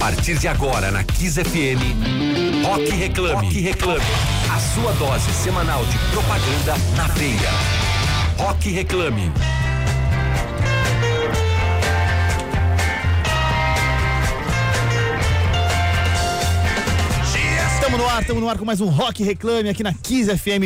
partir de agora na Kiss FM, Rock Reclame. Rock Reclame. A sua dose semanal de propaganda na veia. Rock Reclame. Estamos no ar com mais um Rock Reclame aqui na Kiss FM,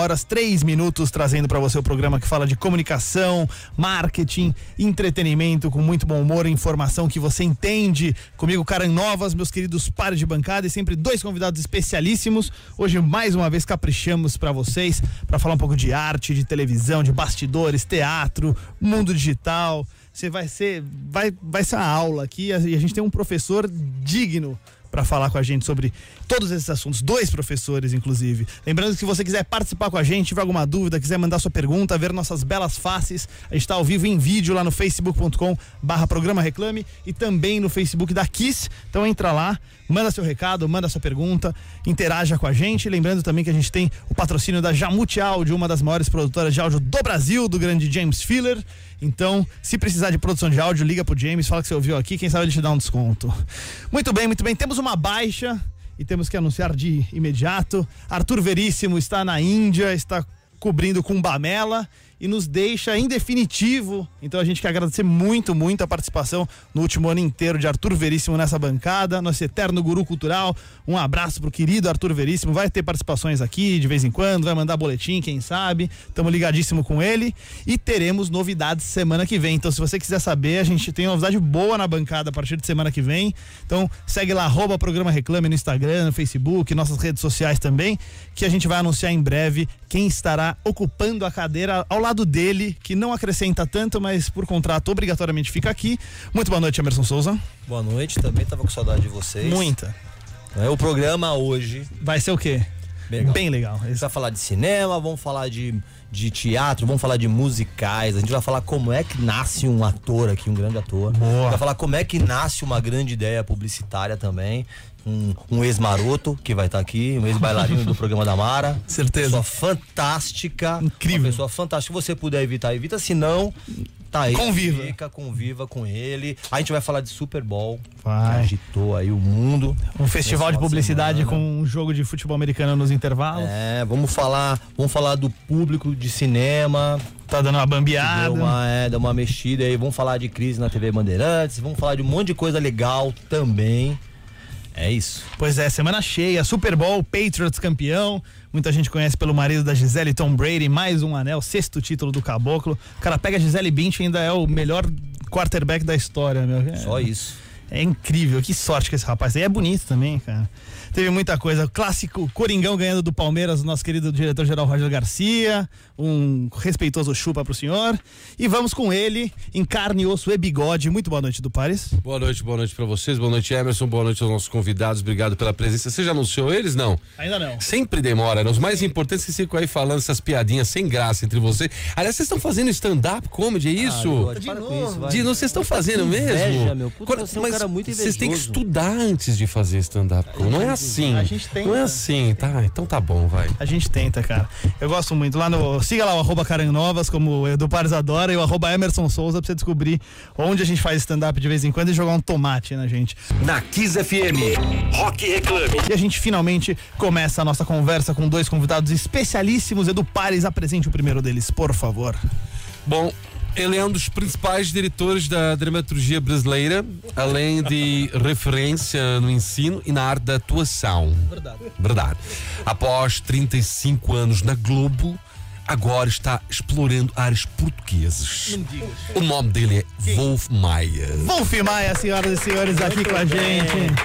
21h03, trazendo para você o programa que fala de comunicação, marketing, entretenimento, com muito bom humor, informação que você entende. Comigo, Karan Novas, meus queridos pares de bancada e sempre dois convidados especialíssimos. Hoje, mais uma vez, caprichamos para vocês, para falar um pouco de arte, de televisão, de bastidores, teatro, mundo digital. Vai ser uma aula aqui e a gente tem um professor digno para falar com a gente sobre todos esses assuntos, dois professores inclusive. Lembrando que se você quiser participar com a gente, tiver alguma dúvida, quiser mandar sua pergunta, ver nossas belas faces, a gente está ao vivo em vídeo lá no facebook.com/programa Reclame e também no Facebook da Kiss. Então entra lá, manda seu recado, manda sua pergunta, interaja com a gente. Lembrando também que a gente tem o patrocínio da Jamute Áudio, uma das maiores produtoras de áudio do Brasil, do grande James Filler. Então, se precisar de produção de áudio, liga pro James, fala que você ouviu aqui, quem sabe ele te dá um desconto. Muito bem. Temos uma baixa e temos que anunciar de imediato. Arthur Veríssimo está na Índia, está cobrindo com Bamela e nos deixa em definitivo. Então a gente quer agradecer muito a participação no último ano inteiro de Arthur Veríssimo nessa bancada, nosso eterno guru cultural. Um abraço pro querido Arthur Veríssimo, vai ter participações aqui de vez em quando, vai mandar boletim, quem sabe. Estamos ligadíssimo com ele e teremos novidades semana que vem. Então se você quiser saber, a gente tem uma novidade boa na bancada a partir de semana que vem. Então segue lá, @Programa Reclame no Instagram, no Facebook, nossas redes sociais também, que a gente vai anunciar em breve quem estará ocupando a cadeira ao lado dele, que não acrescenta tanto, mas por contrato obrigatoriamente fica aqui. Muito boa noite, Emerson Souza. Boa noite, também tava com saudade de vocês. Muita. O programa hoje vai ser o quê? Bem legal. A gente vai falar de cinema, vamos falar de teatro, vamos falar de musicais, a gente vai falar como é que nasce um ator aqui, um grande ator. Boa. Vai falar como é que nasce uma grande ideia publicitária também. Um ex-maroto que vai estar aqui, um ex-bailarino do programa da Mara. Certeza. Uma pessoa fantástica. Incrível. Uma pessoa fantástica. Se você puder evitar, evita. Se não, tá aí. Conviva com ele. A gente vai falar de Super Bowl. Que agitou aí o mundo. Um festival de publicidade com um jogo de futebol americano nos intervalos. Vamos falar do público de cinema. Tá dando uma bambeada. Dá uma mexida aí. Vamos falar de crise na TV Bandeirantes. Vamos falar de um monte de coisa legal também. É isso. Pois é, semana cheia, Super Bowl, Patriots campeão. Muita gente conhece pelo marido da Gisele, Tom Brady, mais um anel, 6º título do Caboclo. O cara pega a Gisele Bündchen e ainda é o melhor quarterback da história, meu. Só isso. É incrível, que sorte que esse rapaz aí é bonito também, cara. Teve muita coisa, clássico Coringão ganhando do Palmeiras, o nosso querido diretor-geral Roger Garcia, um respeitoso chupa pro senhor. E vamos com ele, em carne, osso e bigode. Muito boa noite, Dupares. Boa noite pra vocês, boa noite, Emerson, boa noite aos nossos convidados, obrigado pela presença. Você já anunciou eles, não? Ainda não. Sempre demora, né? Os mais importantes que ficam aí falando essas piadinhas sem graça entre vocês. Aliás, vocês estão fazendo stand-up comedy, é isso? Vocês estão fazendo mesmo? Inveja, meu. Puta, você é um cara muito invejoso. Vocês têm que estudar antes de fazer stand-up, não é assim. A gente tenta. Não é assim, tá? Então tá bom, vai. A gente tenta, cara. Eu gosto muito. Siga lá o @Karan Novas, como o Edu Pares adora, e o @Emerson Souza, pra você descobrir onde a gente faz stand-up de vez em quando e jogar um tomate na gente. Na Kiss FM, Rock Reclame. E a gente finalmente começa a nossa conversa com dois convidados especialíssimos. Edu Pares, apresente o primeiro deles, por favor. Bom, ele é um dos principais diretores da dramaturgia brasileira, além de referência no ensino e na arte da atuação. Verdade. Após 35 anos na Globo, agora está explorando áreas portuguesas. O nome dele é Wolf Maia. Wolf Maia, senhoras e senhores, aqui com a gente.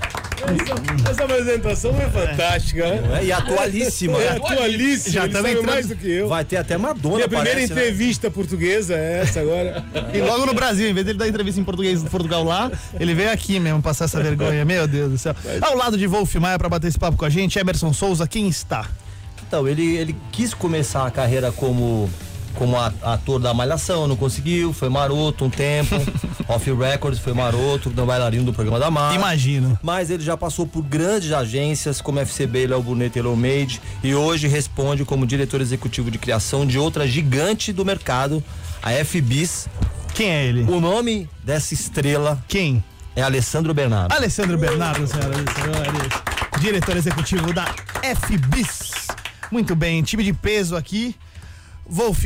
Essa apresentação é fantástica, né? E atualíssima. Atualíssima. Já estamos entrando mais do que eu. Vai ter até Madonna. Minha primeira entrevista portuguesa é essa agora. E logo no Brasil, em vez dele dar entrevista em português de Portugal lá, ele veio aqui mesmo passar essa vergonha. Meu Deus do céu. Ao lado de Wolf Maia, pra bater esse papo com a gente, Emerson Souza, quem está? Então, ele quis começar a carreira como ator da Malhação, não conseguiu, foi maroto um tempo, off records, foi maroto, bailarino do programa da Mara. Imagino. Mas ele já passou por grandes agências como FCB, Léo Burnett, Taylor Made, e hoje responde como diretor executivo de criação de outra gigante do mercado, a FBIS. Quem é ele? O nome dessa estrela Quem? É Alessandro Bernardo. Alessandro Bernardo, senhoras e senhores, diretor executivo da FBIS. Muito bem, time de peso aqui. Wolf,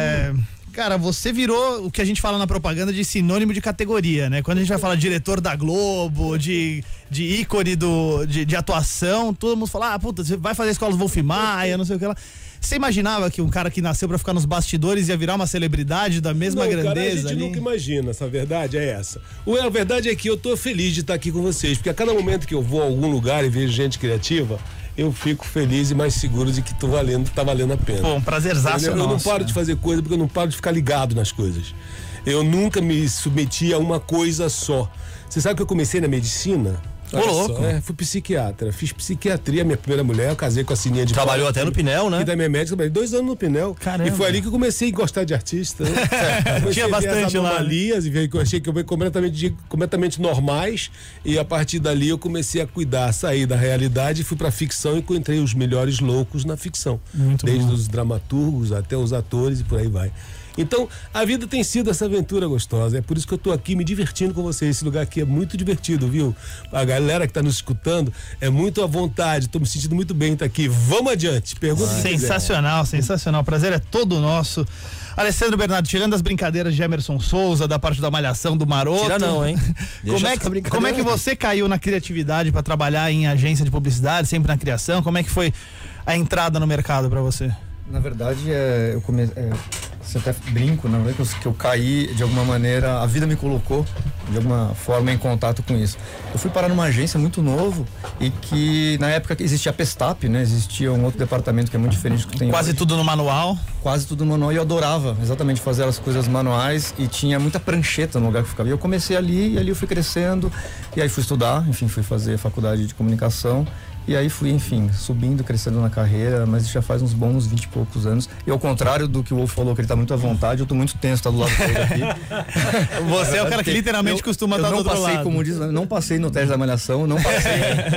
cara, você virou o que a gente fala na propaganda de sinônimo de categoria, né? Quando a gente vai falar de diretor da Globo, de ícone de atuação, todo mundo fala, puta, você vai fazer a escola do Wolf Maia, não sei o que lá. Você imaginava que um cara que nasceu pra ficar nos bastidores ia virar uma celebridade da mesma grandeza? Cara, a gente ali? nunca imagina, essa verdade é essa. A verdade é que eu tô feliz de estar aqui com vocês, porque a cada momento que eu vou a algum lugar e vejo gente criativa, eu fico feliz e mais seguro de que tá valendo a pena. Pô, um prazerzaço nosso. Eu não paro de fazer coisa porque eu não paro de ficar ligado nas coisas. Eu nunca me submeti a uma coisa só. Você sabe que eu comecei na medicina? Ô, louco. Fui psiquiatra, fiz psiquiatria, minha primeira mulher, eu casei com a Sininha de Trabalhou Paula, até no Pinel, né? E da minha médica, trabalhei 2 anos no Pinel. Caramba. E foi ali que eu comecei a gostar de artista. Né? Tinha bastante lá. Anomalias, e eu achei que eu ia completamente normais. E a partir dali eu comecei a cuidar, sair da realidade, fui pra ficção e encontrei os melhores loucos na ficção. Muito Desde bom. os dramaturgos até os atores e por aí vai. Então, a vida tem sido essa aventura gostosa. É por isso que eu tô aqui me divertindo com vocês. Esse lugar aqui é muito divertido, viu? A galera que tá nos escutando é muito à vontade. Tô me sentindo muito bem estar aqui. Vamos adiante. Pergunta. Sensacional, sensacional. O prazer é todo nosso. Alessandro Bernardo, tirando as brincadeiras de Emerson Souza, da parte da Malhação, do Maroto. Tira não, hein? Como é que você caiu na criatividade para trabalhar em agência de publicidade, sempre na criação? Como é que foi a entrada no mercado para você? Na verdade, eu comecei. Você até brinco, na verdade, que eu caí de alguma maneira, a vida me colocou de alguma forma em contato com isso. Eu fui parar numa agência muito novo e que na época existia a Pestap, né? Existia um outro departamento que é muito diferente do que tem Quase hoje. tudo no manual. Quase tudo no manual, e eu adorava exatamente fazer as coisas manuais e tinha muita prancheta no lugar que eu ficava. E eu comecei ali e ali eu fui crescendo e aí fui estudar, enfim, fui fazer faculdade de comunicação. E aí fui, enfim, subindo, crescendo na carreira, mas já faz uns bons 20 e poucos anos. E ao contrário do que o Wolf falou, que ele tá muito à vontade, eu tô muito tenso, tá do lado dele aqui. Você é o cara que literalmente costuma estar do outro lado. Eu não passei, como diz, não passei no teste da Malhação, não passei.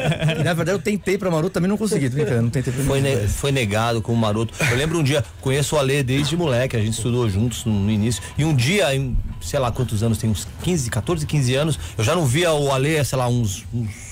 E na verdade eu tentei pra Maroto, também não consegui, tô brincando, não tentei pra Foi negado como Maroto. Eu lembro um dia, conheço o Alê desde moleque, a gente estudou juntos no início. E um dia, em, sei lá quantos anos, tem uns 14, 15 anos, eu já não via o Alê, sei lá, uns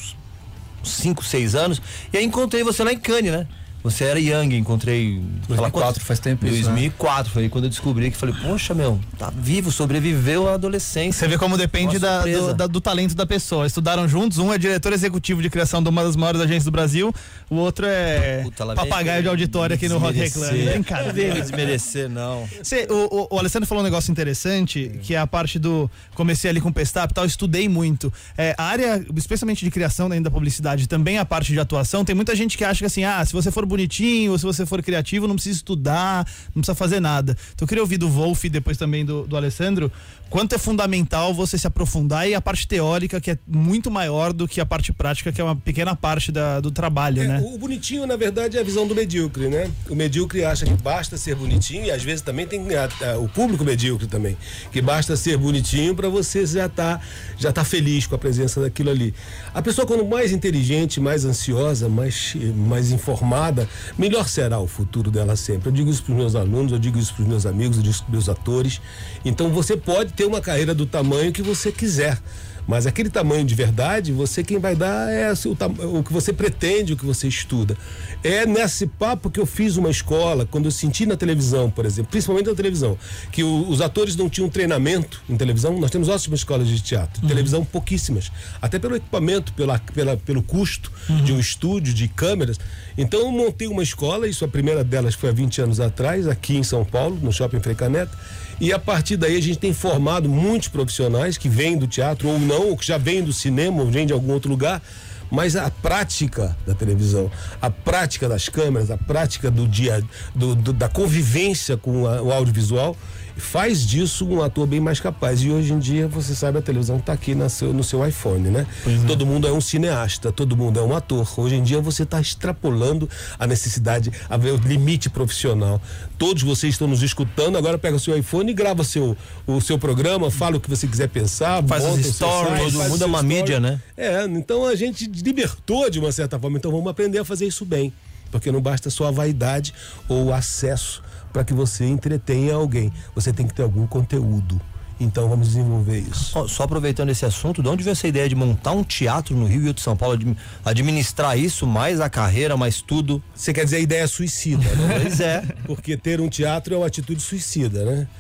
5, 6 anos, e aí encontrei você lá em Cannes, né? Você era Young, encontrei... 2004, faz tempo isso, 2004, foi quando eu descobri que falei, poxa, meu, tá vivo, sobreviveu a adolescência. Você vê como depende do talento da pessoa. Estudaram juntos, um é diretor executivo de criação de uma das maiores agências do Brasil, o outro é papagaio de auditório aqui no Rock Reclame. Não veio me desmerecer, não. O Alessandro falou um negócio interessante, que é a parte do... Comecei ali com o Pestap e tal, estudei muito. A área, especialmente de criação dentro da publicidade, também a parte de atuação, tem muita gente que acha que assim, se você for bonitinho, ou se você for criativo, não precisa estudar, não precisa fazer nada. Então eu queria ouvir do Wolf e depois também do Alessandro, quanto é fundamental você se aprofundar e a parte teórica, que é muito maior do que a parte prática, que é uma pequena parte do trabalho, né? O bonitinho, na verdade, é a visão do medíocre, né? O medíocre acha que basta ser bonitinho, e às vezes também tem o público medíocre também, que basta ser bonitinho para você já tá feliz com a presença daquilo ali. A pessoa, quando mais inteligente, mais ansiosa, mais informada, melhor será o futuro dela sempre. Eu digo isso para os meus alunos, eu digo isso para os meus amigos, eu digo isso para os meus atores. Então você pode ter uma carreira do tamanho que você quiser, mas aquele tamanho de verdade, quem vai dar é o que você pretende, o que você estuda. É nesse papo que eu fiz uma escola, quando eu senti na televisão, por exemplo, principalmente na televisão, que os atores não tinham treinamento em televisão. Nós temos ótimas escolas de teatro, televisão pouquíssimas, até pelo equipamento, pelo custo de um estúdio, de câmeras. Então eu montei uma escola, isso a primeira delas foi há 20 anos atrás, aqui em São Paulo, no Shopping Frei Caneca. E a partir daí a gente tem formado muitos profissionais que vêm do teatro ou não, ou que já vêm do cinema, ou vêm de algum outro lugar, mas a prática da televisão, a prática das câmeras, a prática da convivência com o audiovisual faz disso um ator bem mais capaz. E hoje em dia, você sabe, a televisão está aqui no seu iPhone, né? Todo mundo é um cineasta, todo mundo é um ator. Hoje em dia você está extrapolando a necessidade, o limite profissional. Todos vocês estão nos escutando, agora pega o seu iPhone e grava o seu programa, fala o que você quiser pensar, faz os stories, todo mundo é uma mídia, né? Então a gente libertou de uma certa forma, então vamos aprender a fazer isso bem, porque não basta só a vaidade ou o acesso para que você entretenha alguém, você tem que ter algum conteúdo. Então vamos desenvolver isso. Só aproveitando esse assunto, de onde veio essa ideia de montar um teatro no Rio e de São Paulo, administrar isso, mais a carreira, mais tudo? Você quer dizer a ideia suicida, né? Pois é. Porque ter um teatro é uma atitude suicida, né?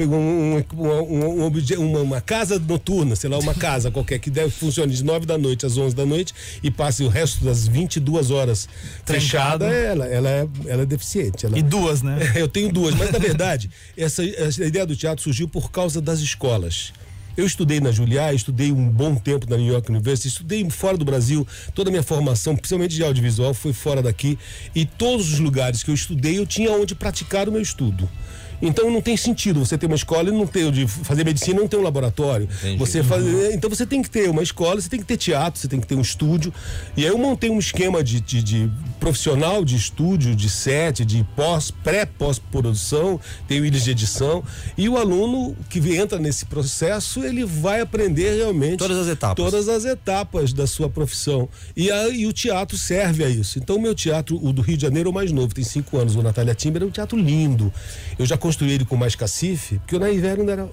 Uma casa noturna, sei lá, uma casa qualquer que funcione de 9 da noite às 11 da noite e passe o resto das 22 horas fechada, ela é deficiente. E duas, né? Eu tenho duas, mas na verdade, essa ideia do teatro surgiu por causa das escolas. Eu estudei na Juilliard, estudei um bom tempo na New York University, estudei fora do Brasil, toda a minha formação, principalmente de audiovisual, foi fora daqui, e todos os lugares que eu estudei, eu tinha onde praticar o meu estudo. Então não tem sentido você ter uma escola e não ter de fazer medicina, não ter um laboratório. Então você tem que ter uma escola, você tem que ter teatro, você tem que ter um estúdio. E aí eu montei um esquema de profissional de estúdio, de set, de pré-pós-produção, tenho ilhas de edição. E o aluno que entra nesse processo, ele vai aprender realmente todas as etapas da sua profissão. E o teatro serve a isso. Então o meu teatro, o do Rio de Janeiro, é o mais novo, tem 5 anos, o Natália Timber, é um teatro lindo. Eu já construí ele com mais cacife, porque eu na inverno era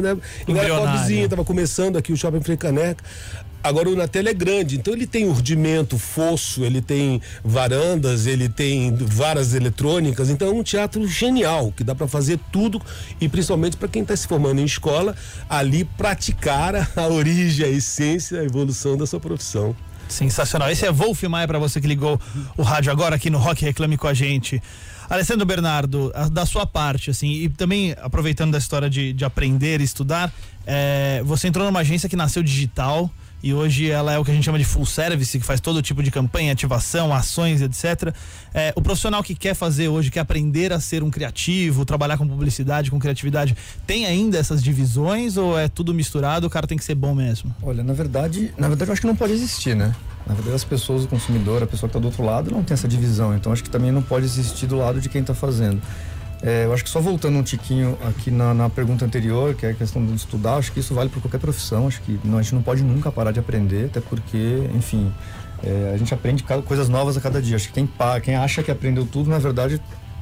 pobrezinho, estava começando aqui o Shopping Frei Caneca. Agora o Natel é grande, então ele tem urdimento, fosso, ele tem varandas, ele tem varas eletrônicas, então é um teatro genial, que dá para fazer tudo, e principalmente para quem está se formando em escola, ali praticar a origem, a essência, a evolução da sua profissão. Sensacional. Esse é Wolf Maia, para você que ligou o rádio agora aqui no Rock Reclame com a gente. Alessandro Bernardo, da sua parte, assim, e também aproveitando da história de aprender e estudar, você entrou numa agência que nasceu digital e hoje ela é o que a gente chama de full service, que faz todo tipo de campanha, ativação, ações, etc. O profissional que quer fazer hoje, quer aprender a ser um criativo, trabalhar com publicidade, com criatividade, tem ainda essas divisões ou é tudo misturado, o cara tem que ser bom mesmo? Olha, na verdade eu acho que não pode existir, né? Na verdade, as pessoas, o consumidor, a pessoa que está do outro lado, não tem essa divisão. Então, acho que também não pode existir do lado de quem está fazendo. Eu acho que só voltando um tiquinho aqui na pergunta anterior, que é a questão de estudar, acho que isso vale para qualquer profissão. Acho que a gente não pode nunca parar de aprender, até porque, enfim, a gente aprende coisas novas a cada dia. Acho que quem acha que aprendeu tudo, na verdade,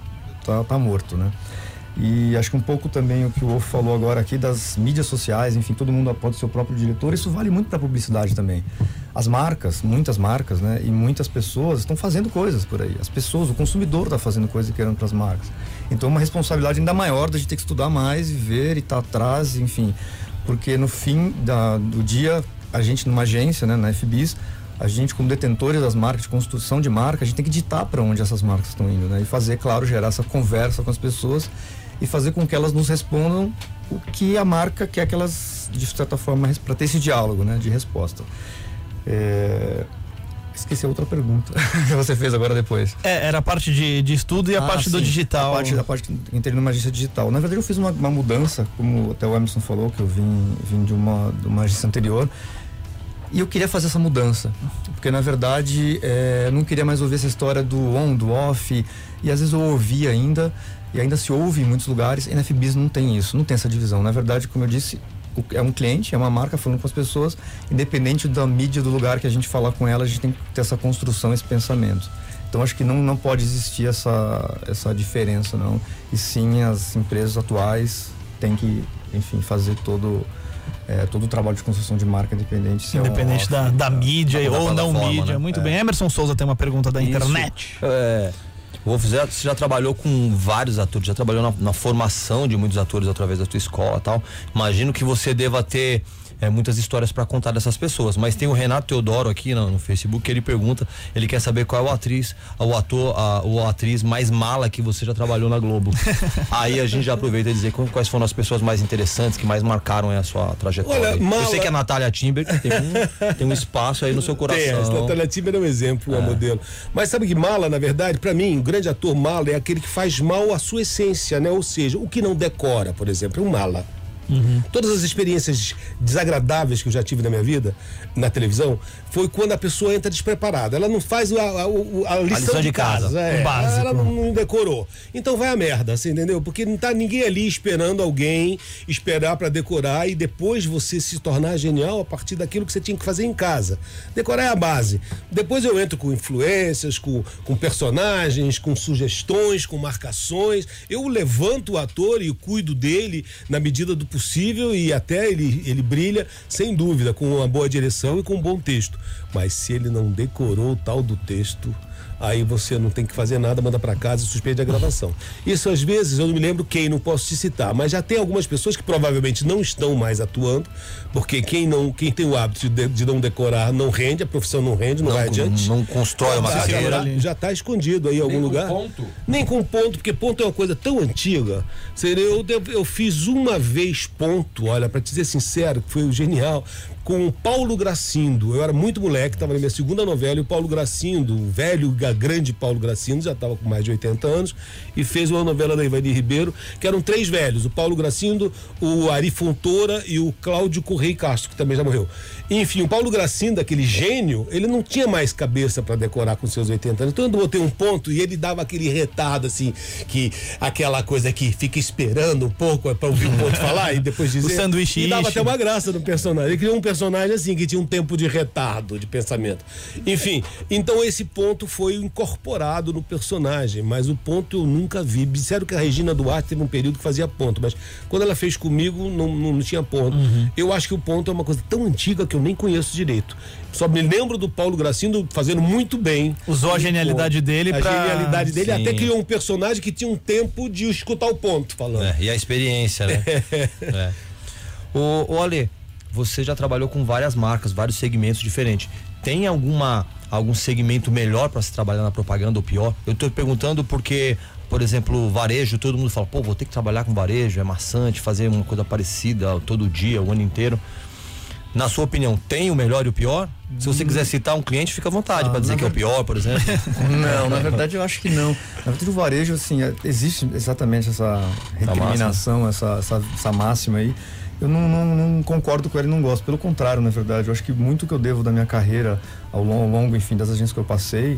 tá morto, né? E acho que um pouco também o que o Wolf falou agora aqui das mídias sociais, enfim, todo mundo pode ser seu próprio diretor, isso vale muito para publicidade também. As marcas, muitas marcas, né, e muitas pessoas estão fazendo coisas por aí. As pessoas, o consumidor está fazendo coisas querendo para as marcas. Então é uma responsabilidade ainda maior da gente ter que estudar mais e ver e estar atrás, enfim, porque no fim do dia, a gente numa agência, né, na FBIS, a gente como detentores das marcas, de construção de marca, a gente tem que ditar para onde essas marcas estão indo, né, e fazer, claro, gerar essa conversa com as pessoas e fazer com que elas nos respondam o que a marca quer que elas, de certa forma, para ter esse diálogo, né, de resposta. Esqueci a outra pergunta que você fez agora depois. Era a parte de estudo e a parte do digital. A parte que entrei numa agência digital. Na verdade, eu fiz uma mudança, como até o Emerson falou, que eu vim de uma agência anterior. E eu queria fazer essa mudança, porque na verdade eu não queria mais ouvir essa história do on, do off, e às vezes eu ouvia ainda, e ainda se ouve em muitos lugares, e na FBIS não tem isso, não tem essa divisão. Na verdade, como eu disse, é um cliente, é uma marca falando com as pessoas, independente da mídia, do lugar que a gente falar com ela, a gente tem que ter essa construção, esse pensamento. Então acho que não pode existir essa diferença, não. E sim, as empresas atuais têm que, enfim, fazer todo o trabalho de construção de marca independente. Independente da mídia ou não mídia. Né? Muito bem. Emerson Souza tem uma pergunta da internet. Você já trabalhou com vários atores, já trabalhou na formação de muitos atores através da tua escola e tal. Imagino que você deva ter muitas histórias para contar dessas pessoas, mas tem o Renato Teodoro aqui no Facebook, que ele pergunta, ele quer saber qual é o ator ou a atriz mais mala que você já trabalhou na Globo. Aí a gente já aproveita e dizer quais foram as pessoas mais interessantes, que mais marcaram a sua trajetória. Olha, mala... Eu sei que a Natália Timber tem um espaço aí no seu coração. A Natália Timber é um exemplo, um modelo. Mas sabe que mala, na verdade, para mim, um grande ator mala é aquele que faz mal à sua essência, né? Ou seja, o que não decora, por exemplo, é um mala. Todas as experiências desagradáveis que eu já tive na minha vida, na televisão, foi quando a pessoa entra despreparada. Ela não faz a lição de casa. O básico. Ela não decorou. Então vai a merda, você entendeu? Porque não tá ninguém ali esperando alguém esperar para decorar e depois você se tornar genial a partir daquilo que você tinha que fazer em casa. Decorar é a base. Depois eu entro com influências, com personagens, com sugestões, com marcações. Eu levanto o ator e cuido dele na medida do possível, possível e até ele brilha, sem dúvida, com uma boa direção e com um bom texto. Mas se ele não decorou o tal do texto, aí você não tem que fazer nada, manda pra casa e suspende a gravação. Isso às vezes, eu não me lembro quem, não posso te citar, mas já tem algumas pessoas que provavelmente não estão mais atuando, porque quem tem o hábito de não decorar não rende, a profissão não rende, não vai adiante. Não constrói uma carreira. Já tá escondido aí em algum lugar. Nem com ponto, porque ponto é uma coisa tão antiga. Eu fiz uma vez ponto, olha, pra te dizer sincero, que foi genial, com o Paulo Gracindo. Eu era muito moleque, estava na minha segunda novela, e o Paulo Gracindo, o velho, grande Paulo Gracindo, já estava com mais de 80 anos, e fez uma novela da Ivani Ribeiro, que eram 3 velhos, o Paulo Gracindo, o Ari Fontoura e o Cláudio Correia Castro, que também já morreu. Enfim, o Paulo Gracindo, aquele gênio, ele não tinha mais cabeça para decorar com seus 80 anos, então eu botei um ponto e ele dava aquele retado, assim, que aquela coisa que fica esperando um pouco para ouvir o ponto falar e depois dizer. O sanduíche. E dava até uma graça no personagem. Ele criou um personagem assim, que tinha um tempo de retardo, de pensamento. Enfim, então esse ponto foi incorporado no personagem, mas o ponto eu nunca vi. Disseram que a Regina Duarte teve um período que fazia ponto, mas quando ela fez comigo, não tinha ponto. Eu acho que o ponto é uma coisa tão antiga que eu nem conheço direito. Só me lembro do Paulo Gracindo fazendo muito bem. Usou a genialidade dele pra... A genialidade dele, Sim. até criou um personagem que tinha um tempo de escutar o ponto falando. E a experiência, né? Ô Ale, você já trabalhou com várias marcas, vários segmentos diferentes. Tem algum segmento melhor para se trabalhar na propaganda ou pior? Eu tô perguntando porque, por exemplo, varejo, todo mundo fala, vou ter que trabalhar com varejo, é maçante, fazer uma coisa parecida todo dia, o ano inteiro. Na sua opinião, tem o melhor e o pior? Se você quiser citar um cliente, fica à vontade para dizer que é o pior, por exemplo. Não, na verdade eu acho que não. Na verdade o varejo, assim, existe exatamente essa recriminação, essa máxima aí. Eu não concordo com ele, não gosto. Pelo contrário, na verdade, eu acho que muito que eu devo da minha carreira ao longo, enfim, das agências que eu passei,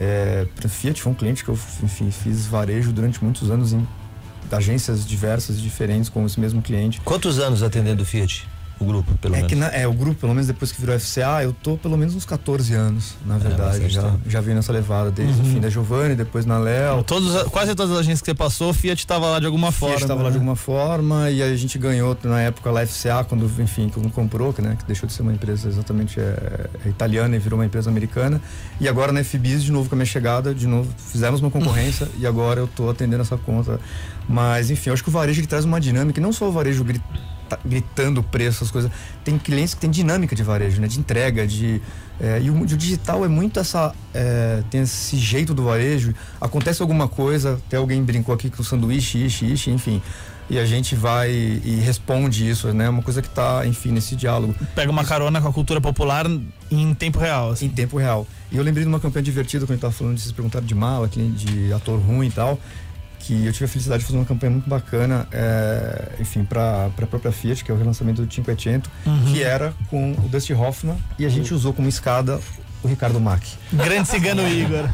Fiat foi um cliente que eu, enfim, fiz varejo durante muitos anos em agências diversas e diferentes com esse mesmo cliente. Quantos anos atendendo o Fiat? O grupo, pelo menos. O grupo, pelo menos depois que virou FCA, eu tô pelo menos uns 14 anos, na verdade. Já vim nessa levada, desde o fim da Giovanni, depois na Léo. Quase todas as agências que você passou, o Fiat estava lá de alguma forma. Fiat estava lá de alguma forma, e aí a gente ganhou na época lá FCA, quando comprou, que deixou de ser uma empresa exatamente italiana e virou uma empresa americana. E agora na FBIS, de novo com a minha chegada, de novo fizemos uma concorrência e agora eu tô atendendo essa conta. Mas enfim, eu acho que o varejo ele traz uma dinâmica, e não só o varejo gritando o preço, as coisas. Tem clientes que tem dinâmica de varejo, né? De entrega, e o digital é muito tem esse jeito do varejo. Acontece alguma coisa, até alguém brincou aqui com o sanduíche, enfim. E a gente vai e responde isso, né? Uma coisa que tá, enfim, nesse diálogo. Pega uma carona com a cultura popular em tempo real, assim. Em tempo real. E eu lembrei de uma campanha divertida, quando a gente tava falando, vocês perguntaram de mala, de ator ruim e tal, que eu tive a felicidade de fazer uma campanha muito bacana, enfim, para a própria Fiat, que é o relançamento do Cinquecento, que era com o Dustin Hoffman, e a gente usou como escada o Ricardo Mack. Grande Cigano Igor.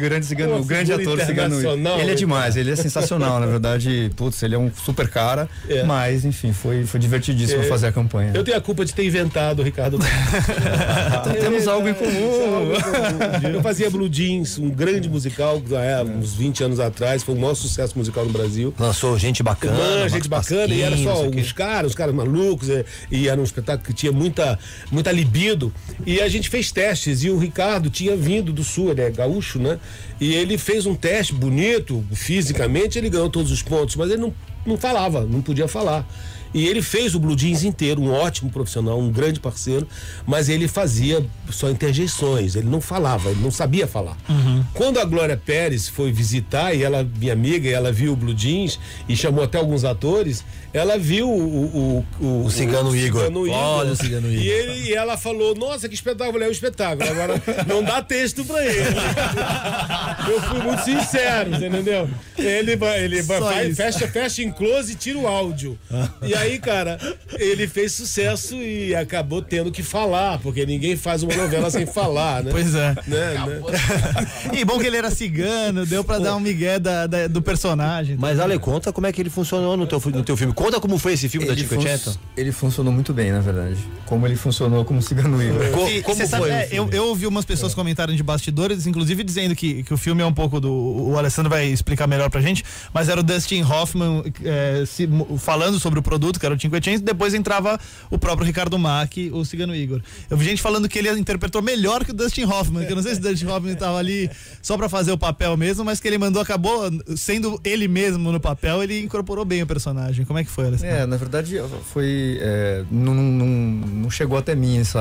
O grande ator Cigano Igor. Ele é demais, ele é sensacional, na verdade, ele é um super cara, mas enfim, foi divertidíssimo fazer a campanha. Eu tenho a culpa de ter inventado o Ricardo Mack. Então temos algo em comum. Eu fazia Blue Jeans, um grande musical, uns 20 anos atrás, foi o maior sucesso musical no Brasil. Lançou gente bacana. Gente bacana, e era só os caras malucos, e era um espetáculo que tinha muita libido, e a gente fez testes, e o Ricardo tinha vindo do Sul, ele é gaúcho, né? E ele fez um teste bonito, fisicamente ele ganhou todos os pontos, mas ele não falava, não podia falar. E ele fez o Blue Jeans inteiro, um ótimo profissional, um grande parceiro, mas ele fazia só interjeições, ele não falava, ele não sabia falar. Quando a Glória Pérez foi visitar, e ela, minha amiga, ela viu o Blue Jeans e chamou até alguns atores, ela viu o Cigano Igor. Olha o Cigano Igor. E ela falou, nossa, que espetáculo, é um espetáculo. Agora, não dá texto pra ele. Eu fui muito sincero, você entendeu? Ele vai, fecha em close e tira o áudio. E aí, cara, ele fez sucesso e acabou tendo que falar, porque ninguém faz uma novela sem falar, né? Pois é. Né? E bom que ele era cigano, deu pra dar um migué do personagem. Mas, Ale, conta como é que ele funcionou no teu filme. Conta como foi esse filme da Cinquecento. Ele funcionou muito bem, na verdade. Como ele funcionou como Cigano Igor. Como foi? Eu ouvi umas pessoas comentarem de bastidores, inclusive dizendo que o filme é um pouco o Alessandro vai explicar melhor pra gente, mas era o Dustin Hoffman falando sobre o produto produto, que era o Cinquecento, depois entrava o próprio Ricardo Mack, o Cigano Igor. Eu vi gente falando que ele interpretou melhor que o Dustin Hoffman, que eu não sei se o Dustin Hoffman estava ali só pra fazer o papel mesmo, mas que ele acabou sendo ele mesmo no papel, ele incorporou bem o personagem. Como é que foi, Alessandro? Na verdade, foi... não chegou até mim essa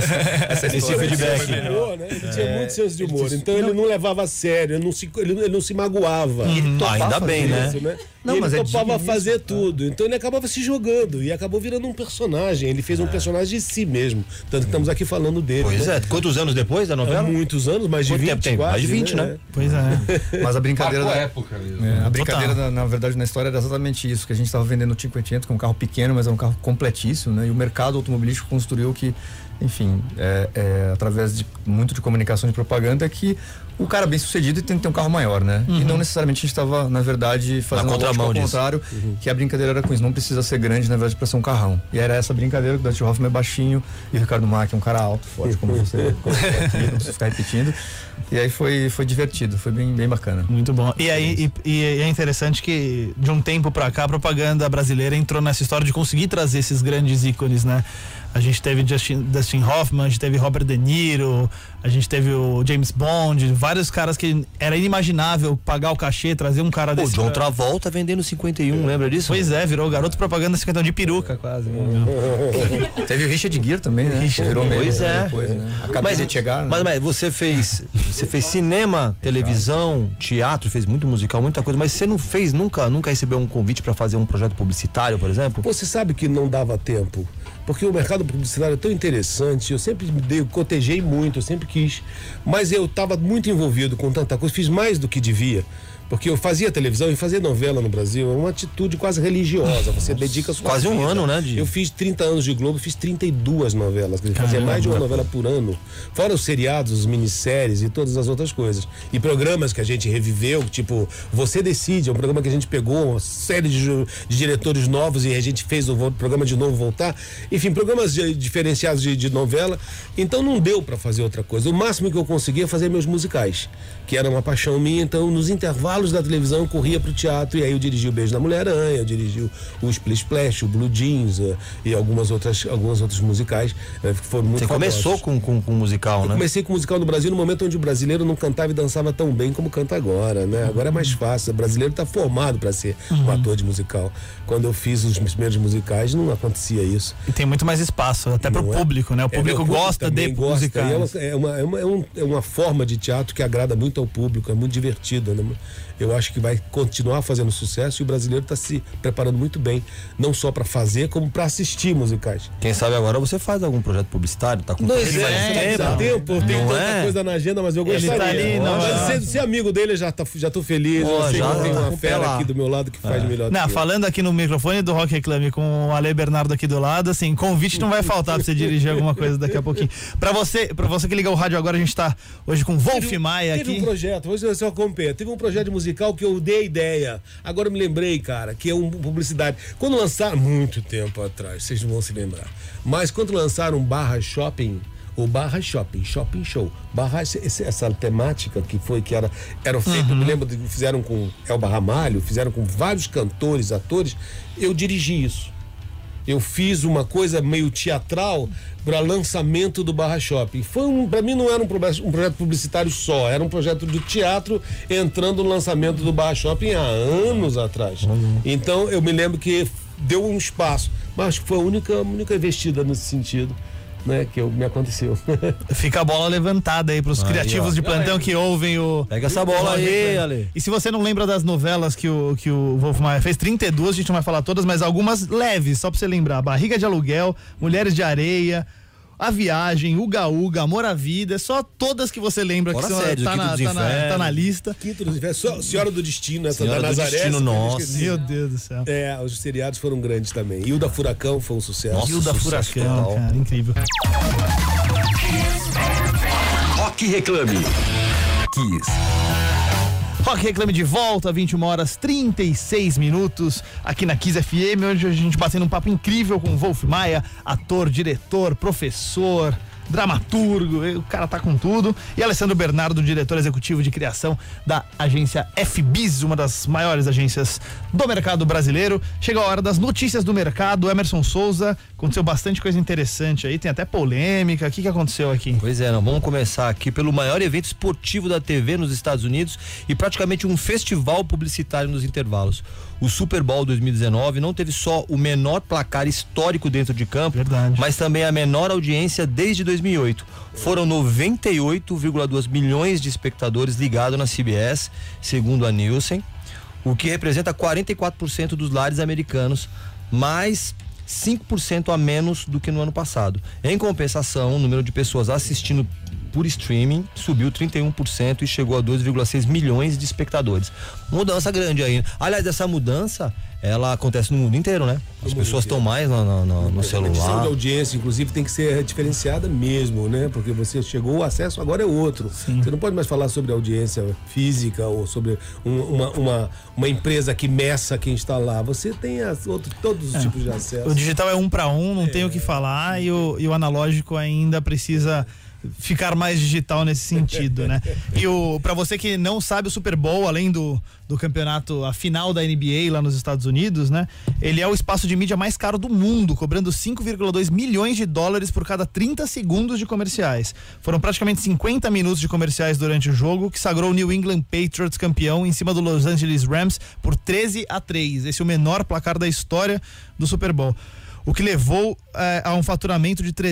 Esse feedback. Ele tinha muito senso de humor, então ele não levava a sério, ele não se magoava. Ainda bem, né? Isso, né? Não, ele mas topava fazer tudo, então ele acabava se jogando e acabou virando um personagem. Ele fez um personagem de si mesmo, tanto que estamos aqui falando dele. Pois né? Quantos anos depois da novela? Muitos anos, mais de 20 tem? quase, Mais de 20, né? Pois é. Mas a brincadeira Marcou a época mesmo. a brincadeira, na verdade, na história era exatamente isso, que a gente estava vendendo o Cinquecento, que é um carro pequeno, mas é um carro completíssimo, né? E o mercado automobilístico construiu que, enfim, através de muito de comunicação e propaganda, que o cara bem sucedido tem que ter um carro maior, né? E não necessariamente a gente estava, na verdade, fazendo Na contramão ao disso. contrário, que a brincadeira era com isso, não precisa ser grande, na verdade, para ser um carrão. E era essa brincadeira, que o Dustin Hoffman é baixinho e o Ricardo Mack é um cara alto, forte, como você colocou aqui, não precisa ficar repetindo. E aí foi divertido, foi bem bacana. Muito bom. E aí e é interessante que de um tempo pra cá a propaganda brasileira entrou nessa história de conseguir trazer esses grandes ícones, né? A gente teve Dustin Hoffman, a gente teve Robert De Niro, a gente teve o James Bond, vários caras que era inimaginável pagar o cachê, trazer um cara desse. O John Travolta vendendo 51, lembra disso? Pois é, virou garoto propaganda 51 de peruca quase. Teve o Richard Gere também, né? Virou meio Pois é. depois, né? Acabei de chegar, né? Mas você fez cinema, televisão, teatro, fez muito musical, muita coisa, mas você não fez nunca recebeu um convite para fazer um projeto publicitário, por exemplo? Você sabe que não dava tempo, porque o mercado publicitário é tão interessante, eu sempre cotejei muito, eu sempre quis, mas eu estava muito envolvido com tanta coisa, fiz mais do que devia. Porque eu fazia televisão e fazia novela no Brasil, é uma atitude quase religiosa, você dedica a sua Quase um vida. ano, né? Eu fiz 30 anos de Globo, fiz 32 novelas, quer dizer, fazia mais de uma novela por ano, fora os seriados, as minisséries e todas as outras coisas. E programas que a gente reviveu, tipo Você Decide, é um programa que a gente pegou uma série de diretores novos e a gente fez o programa de novo voltar. Enfim, programas diferenciados de novela. Então não deu pra fazer outra coisa. O máximo que eu conseguia fazer meus musicais, que era uma paixão minha. Então nos intervalos da televisão eu corria pro teatro e aí eu dirigi o Beijo da Mulher-Aranha, eu dirigi o Splish Splash, o Blue Jeans e alguns outros musicais que foram muito Você famosos. começou com musical, Eu né? comecei com musical no Brasil no momento onde o brasileiro não cantava e dançava tão bem como canta agora, né? Agora é mais fácil, o brasileiro está formado para ser um ator de musical. Quando eu fiz os primeiros musicais não acontecia isso. E tem muito mais espaço, até pro Não é? público, né? O público gosta de também gosta, musicais. e é uma forma de teatro que agrada muito ao público, é muito divertida, né? Eu acho que vai continuar fazendo sucesso e o brasileiro está se preparando muito bem, não só para fazer, como para assistir musicais. Quem sabe agora você faz algum projeto publicitário, tá com Pois tempo, é, dá tempo, tem Não tanta é? coisa na agenda, mas eu Ele gostaria. tá ali, não, Mas ser amigo dele, já tô feliz. Ó, Eu sei já que tem tá uma com fera pé lá. aqui do meu lado que faz melhor do Não, que eu. falando aqui no microfone do Rock Reclame com o Ale Bernardo aqui do lado, assim, convite não vai faltar pra você dirigir alguma coisa daqui a pouquinho. Pra você que liga o rádio agora, a gente tá hoje com Wolf Maia Teve aqui. um projeto, vou dizer só acompanha. Teve um projeto musical que eu dei ideia. Agora eu me lembrei, cara, que é uma publicidade. Quando lançaram, muito tempo atrás, vocês não vão se lembrar. Mas quando lançaram Barra Shopping, o Barra Shopping, Shopping Show, essa temática que era feito, eu me lembro que fizeram com Elba Ramalho, fizeram com vários cantores, atores, eu dirigi isso. Eu fiz uma coisa meio teatral para lançamento do Barra Shopping. Para mim não era um projeto publicitário só, era um projeto de teatro entrando no lançamento do Barra Shopping há anos atrás. Então eu me lembro que deu um espaço, mas acho que foi a única investida nesse sentido, né, que me aconteceu. Fica a bola levantada aí pros criativos ó. de plantão que ouvem o... Pega essa bola aí, Ale. E se você não lembra das novelas que o Wolf Maia fez, 32, a gente não vai falar todas, mas algumas leves, só pra você lembrar. Barriga de Aluguel, Mulheres de Areia, A Viagem, Uga Uga, Amor à Vida, só todas que você lembra Fora que são, séries, tá na lista. Quinto dos Infernos, Senhora do Destino, essa Senhora da do Nazaré. Destino, essa que eu nossa. esqueci. Meu Deus do céu. Os seriados foram grandes também. E o da Furacão foi um sucesso. Nossa, E o da sucesso Furacão, total. cara, incrível. Rock Reclame. Kiss. Rock Reclame de volta, 21h36, aqui na Kiss FM. Hoje a gente batendo um papo incrível com o Wolf Maia, ator, diretor, professor, dramaturgo, o cara tá com tudo. E Alessandro Bernardo, diretor executivo de criação da agência FBIS, uma das maiores agências do mercado brasileiro. Chega a hora das notícias do mercado. Emerson Souza, aconteceu bastante coisa interessante aí, tem até polêmica. O que aconteceu aqui? Pois é, nós vamos começar aqui pelo maior evento esportivo da TV nos Estados Unidos e praticamente um festival publicitário nos intervalos. O Super Bowl 2019 não teve só o menor placar histórico dentro de campo, Verdade. mas também a menor audiência desde 2008. Foram 98,2 milhões de espectadores ligados na CBS, segundo a Nielsen, o que representa 44% dos lares americanos, mais 5% a menos do que no ano passado. Em compensação, o número de pessoas assistindo por streaming subiu 31% e chegou a 2,6 milhões de espectadores. Mudança grande aí. Aliás, essa mudança, ela acontece no mundo inteiro, né? As pessoas estão mais no A celular. medição de audiência, inclusive, tem que ser diferenciada mesmo, né? Porque você chegou, o acesso agora é outro. Sim. Você não pode mais falar sobre audiência física ou sobre uma empresa que meça quem está lá. Você tem todos os tipos de acesso. O digital é 1 para 1, não tem o que falar, e o analógico ainda precisa ficar mais digital nesse sentido, né? E pra você que não sabe, o Super Bowl, além do campeonato, a final da NBA lá nos Estados Unidos, né? Ele é o espaço de mídia mais caro do mundo, cobrando 5,2 milhões de dólares por cada 30 segundos de comerciais. Foram praticamente 50 minutos de comerciais durante o jogo, que sagrou o New England Patriots campeão em cima do Los Angeles Rams por 13-3. Esse é o menor placar da história do Super Bowl, o que levou a um faturamento de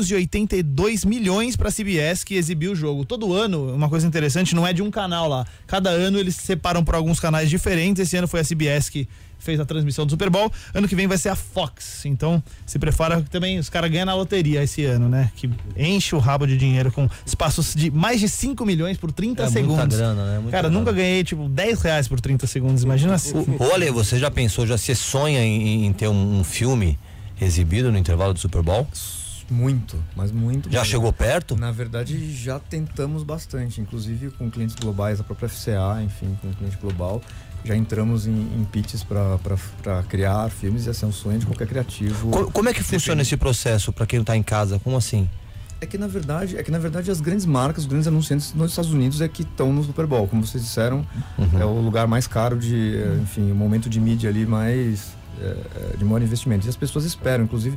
382 milhões para a CBS, que exibiu o jogo. Todo ano, uma coisa interessante, não é de um canal lá. Cada ano eles se separam por alguns canais diferentes. Esse ano foi a CBS que fez a transmissão do Super Bowl. Ano que vem vai ser a Fox. Então, se prepara também, os caras ganham na loteria esse ano, né? Que enche o rabo de dinheiro com espaços de mais de 5 milhões por 30 segundos. Muita grana, né? Muita Cara, grana. nunca ganhei, tipo, 10 reais por 30 segundos. Imagina assim. Ô, Ale, você já pensou, você sonha em ter um filme exibido no intervalo do Super Bowl? Muito, mas muito. Já mesmo. chegou perto? Na verdade, já tentamos bastante, inclusive com clientes globais, a própria FCA, enfim, com cliente global. Já entramos em pitches para criar filmes, e assim, é um sonho de qualquer criativo. Como é que funciona esse processo para quem não tá em casa? Como assim? É que na verdade as grandes marcas, os grandes anunciantes nos Estados Unidos é que estão no Super Bowl, como vocês disseram, é o lugar mais caro de, enfim, o momento de mídia ali mais de maior investimento. E as pessoas esperam, inclusive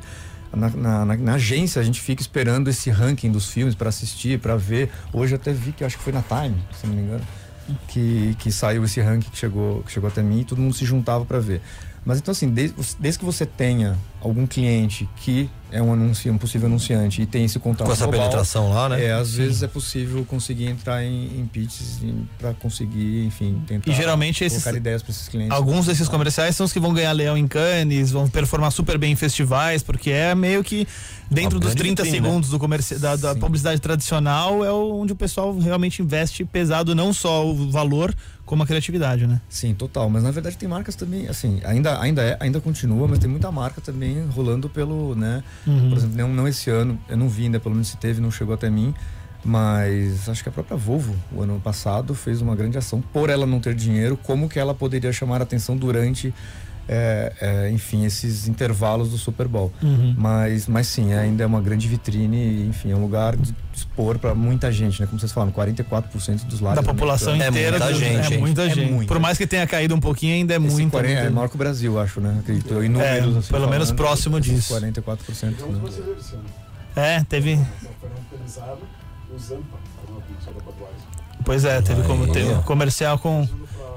na agência a gente fica esperando esse ranking dos filmes para assistir, para ver. Hoje até vi que acho que foi na Time, se não me engano, que saiu esse ranking que chegou até mim e todo mundo se juntava para ver. Mas então assim, desde que você tenha algum cliente que é um possível anunciante e tem esse contato com essa global, penetração lá, né? às vezes é possível conseguir entrar em pitches para conseguir, enfim, tentar E geralmente colocar ideias para esses clientes. Alguns desses comerciais são os que vão ganhar leão em Cannes, vão performar super bem em festivais, porque é meio que dentro dos 30 vitrine, segundos do da publicidade tradicional, é onde o pessoal realmente investe pesado, não só o valor, como a criatividade, né? Sim, total. Mas na verdade tem marcas também, assim, ainda continua, mas tem muita marca também rolando pelo, né? Por exemplo, não esse ano, eu não vi ainda, pelo menos se teve, não chegou até mim, mas acho que a própria Volvo, o ano passado, fez uma grande ação por ela não ter dinheiro, como que ela poderia chamar a atenção durante, enfim, esses intervalos do Super Bowl. Mas sim, ainda é uma grande vitrine, enfim, é um lugar de expor para muita gente, né? Como vocês falaram, 44% dos lares Da população americanos. inteira. muita gente, hein? Muita gente. muita. Por mais que tenha caído um pouquinho, ainda é Esse muito. 40 é maior que o Brasil, acho, né? Acredito. Em números, assim, pelo menos falando, próximo disso. 44%. É, teve. Pois é, teve como teve um comercial com.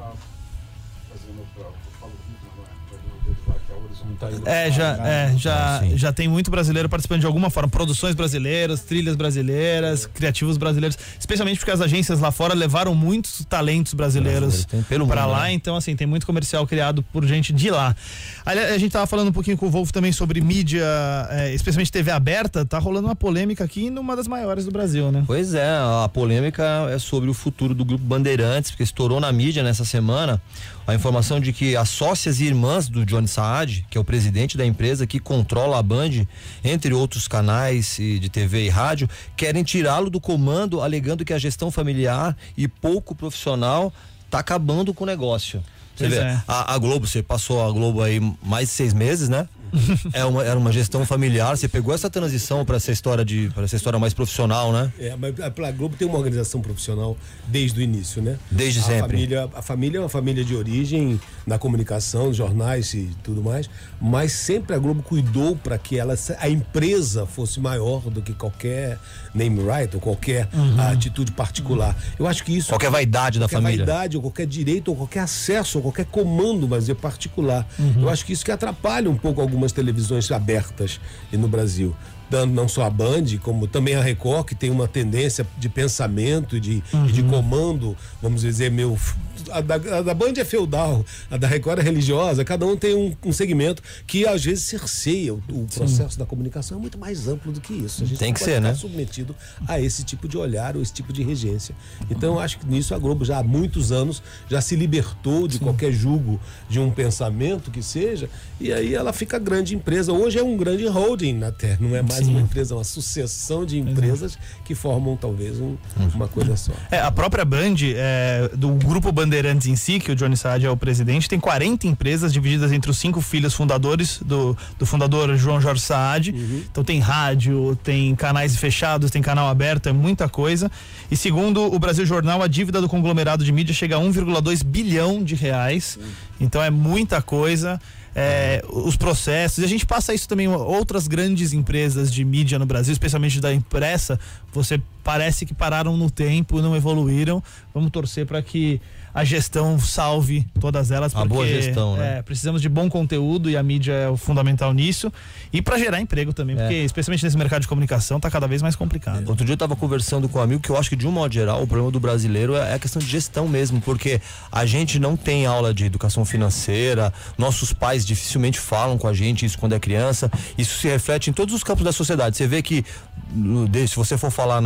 Já tem muito brasileiro participando de alguma forma, produções brasileiras, trilhas brasileiras, criativos brasileiros, especialmente porque as agências lá fora levaram muitos talentos brasileiros para lá, né? Então assim, tem muito comercial criado por gente de lá. Aliás, a gente tava falando um pouquinho com o Wolf também sobre mídia, especialmente TV aberta, tá rolando uma polêmica aqui numa das maiores do Brasil, né? Pois é, a polêmica é sobre o futuro do Grupo Bandeirantes, porque estourou na mídia nessa semana a informação de que as sócias e irmãs do Johnny Saad, que é o presidente da empresa que controla a Band, entre outros canais de TV e rádio, querem tirá-lo do comando, alegando que a gestão familiar e pouco profissional tá acabando com o negócio. Você vê, a Globo, você passou a Globo aí mais de 6 meses, né? Era uma gestão familiar. Você pegou essa transição para essa história mais profissional, né? Mas a Globo tem uma organização profissional desde o início, né? Desde sempre. A família é uma família de origem na comunicação, jornais e tudo mais, mas sempre a Globo cuidou para que a empresa fosse maior do que qualquer name right ou qualquer atitude particular. Eu acho que isso... Qualquer vaidade da família. Qualquer vaidade, ou qualquer direito, ou qualquer acesso, ou qualquer comando, mas é particular. Eu acho que isso que atrapalha um pouco algumas televisões abertas no Brasil. Não só a Band, como também a Record, que tem uma tendência de pensamento e de comando, vamos dizer, a da Band é feudal, a da Record é religiosa, cada um tem um segmento que às vezes cerceia o processo da comunicação. É muito mais amplo do que isso. A gente tem que pode ser, estar né? submetido a esse tipo de olhar ou esse tipo de regência. Então eu acho que nisso a Globo já há muitos anos já se libertou de qualquer julgo de um pensamento que seja, e aí ela fica grande empresa. Hoje é um grande holding até, não é mais uma empresa, uma sucessão de empresas que formam talvez uma coisa só. A própria Band, do grupo Bandeirantes em si, que o Johnny Saad é o presidente, tem 40 empresas divididas entre os 5 filhos fundadores do fundador João Jorge Saad. Então tem rádio, tem canais fechados, tem canal aberto, é muita coisa. E segundo o Brasil Jornal, a dívida do conglomerado de mídia chega a 1,2 bilhão de reais. Então é muita coisa. Os processos, e a gente passa isso também outras grandes empresas de mídia no Brasil, especialmente da impressa, você parece que pararam no tempo, não evoluíram. Vamos torcer para que a gestão salve todas elas, porque boa gestão, né? Precisamos de bom conteúdo e a mídia é o fundamental nisso, e para gerar emprego também, porque especialmente nesse mercado de comunicação tá cada vez mais complicado. Outro dia eu estava conversando com um amigo que eu acho que de um modo geral o problema do brasileiro é a questão de gestão mesmo, porque a gente não tem aula de educação financeira, nossos pais dificilmente falam com a gente isso quando é criança. Isso se reflete em todos os campos da sociedade. Você vê que se você for falar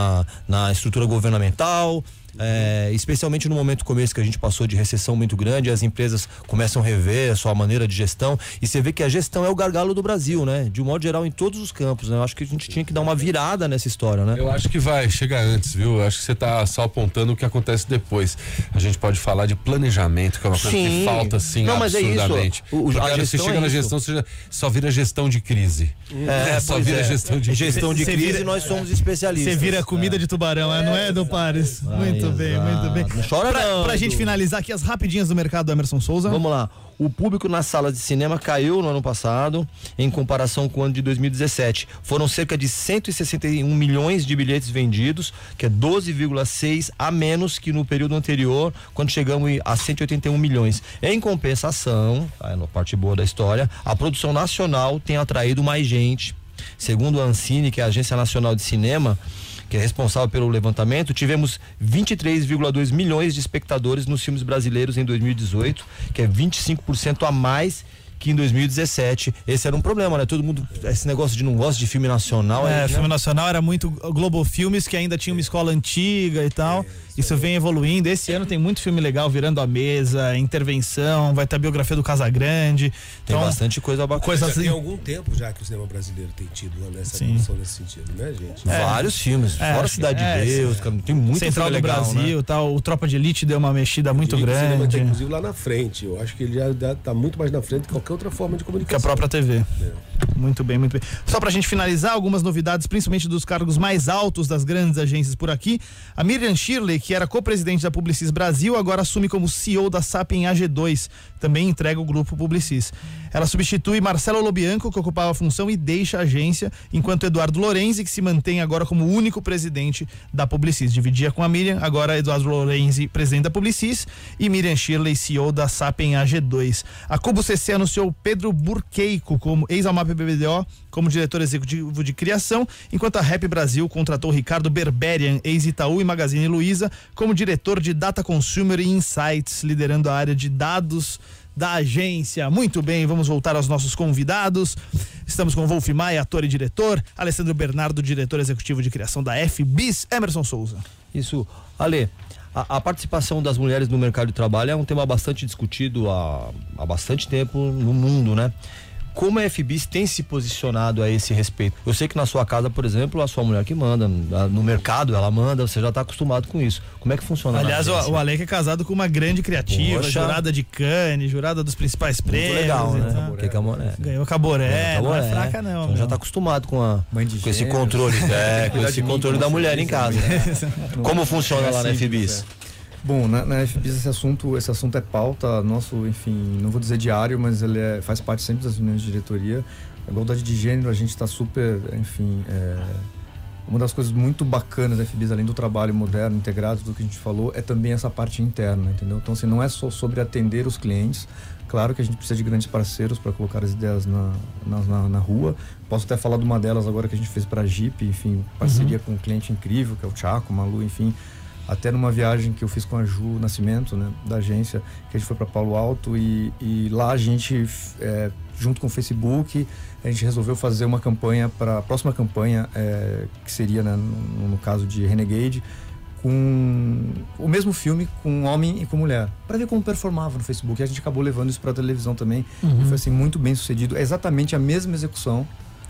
na estrutura governamental, especialmente no momento começo que a gente passou de recessão muito grande, as empresas começam a rever a sua maneira de gestão, e você vê que a gestão é o gargalo do Brasil, né? De um modo geral, em todos os campos, né? Eu acho que a gente tinha que dar uma virada nessa história, né? Eu acho que vai chegar antes, viu? Eu acho que você tá só apontando o que acontece depois. A gente pode falar de planejamento, que é uma coisa que falta, assim, absurdamente. Mas é isso. Você chega na gestão, você só vira gestão de crise. Só vira gestão de crise. Gestão de crise, nós somos especialistas. Você vira comida de tubarão, não é, do Pares? Muito bem. Não chora não. Pra gente finalizar aqui as rapidinhas do mercado do Emerson Souza. Vamos lá. O público nas salas de cinema caiu no ano passado em comparação com o ano de 2017. Foram cerca de 161 milhões de bilhetes vendidos, que é 12,6 a menos que no período anterior, quando chegamos a 181 milhões. Em compensação, na parte boa da história, a produção nacional tem atraído mais gente. Segundo a Ancine, que é a Agência Nacional de Cinema, que é responsável pelo levantamento, tivemos 23,2 milhões de espectadores nos filmes brasileiros em 2018, que é 25% a mais que em 2017. Esse era um problema, né? Todo mundo, esse negócio de não gosta de filme nacional. Filme nacional era muito Globo Filmes, que ainda tinha uma escola antiga e tal. Isso vem evoluindo. Esse ano tem muito filme legal virando a mesa, Intervenção, vai ter a biografia do Casagrande. Tem bastante coisa bacana. Tem algum tempo já que o cinema brasileiro tem tido essa evolução nesse sentido, né, gente? Vários filmes, fora Cidade de Deus, tem muito Central filme do legal, Brasil, né? Tal, o Tropa de Elite deu uma mexida muito grande. O cinema tá, inclusive, lá na frente. Eu acho que ele já tá muito mais na frente que qualquer outra forma de comunicação. Que a própria TV. Muito bem, muito bem. Só pra gente finalizar, algumas novidades, principalmente dos cargos mais altos das grandes agências por aqui. A Miriam Shirley, que era co-presidente da Publicis Brasil, agora assume como CEO da Sapien AG2, também entrega o grupo Publicis. Ela substitui Marcelo Lobianco, que ocupava a função e deixa a agência, enquanto Eduardo Lorenzi, que se mantém agora como único presidente da Publicis. Dividia com a Miriam, agora Eduardo Lorenzi, presidente da Publicis, e Miriam Shirley, CEO da Sapien AG2. A Cubo CC anunciou Pedro Burqueico como ex-Almap BBDO, como diretor executivo de criação, enquanto a Rap Brasil contratou Ricardo Berberian, ex-Itaú e Magazine Luiza, como diretor de Data Consumer e Insights, liderando a área de dados da agência. Muito bem, vamos voltar aos nossos convidados. Estamos com Wolf Maia, ator e diretor, Alessandro Bernardo, diretor executivo de criação da FBIS, Emerson Souza. Isso, Ale, a participação das mulheres no mercado de trabalho é um tema bastante discutido há bastante tempo no mundo, né? como a FBIS tem se posicionado a esse respeito? Eu sei que na sua casa, por exemplo, a sua mulher que manda, no mercado ela manda, você já está acostumado com isso. Como é que funciona? Aliás, o Alec é casado com uma grande criativa, jurada de Cannes, jurada dos principais prêmios. Muito legal, né? Então, Caboré. Ganhou Caboré, não é fraca não. Então já está acostumado com esse controle, com esse controle da mulher em casa. Como funciona lá na FBIS? Bom, na FBIS esse assunto é pauta nosso, enfim, não vou dizer diário, mas ele faz parte sempre das reuniões de diretoria. A igualdade de gênero, a gente está super, enfim, uma das coisas muito bacanas da FBIS, além do trabalho moderno, integrado, tudo que a gente falou, é também essa parte interna, entendeu? Então, assim, não é só sobre atender os clientes. Claro que a gente precisa de grandes parceiros para colocar as ideias na rua. Posso até falar de uma delas agora que a gente fez para a Jeep, enfim, parceria com um cliente incrível, que é o Chaco, Malu, enfim. Até numa viagem que eu fiz com a Ju Nascimento, né, da agência, que a gente foi para Palo Alto e lá a gente, junto com o Facebook, a gente resolveu fazer uma campanha para a próxima campanha, que seria, né, no caso de Renegade, com o mesmo filme com homem e com mulher, para ver como performava no Facebook. E a gente acabou levando isso para a televisão também. E foi assim, muito bem sucedido. É exatamente a mesma execução.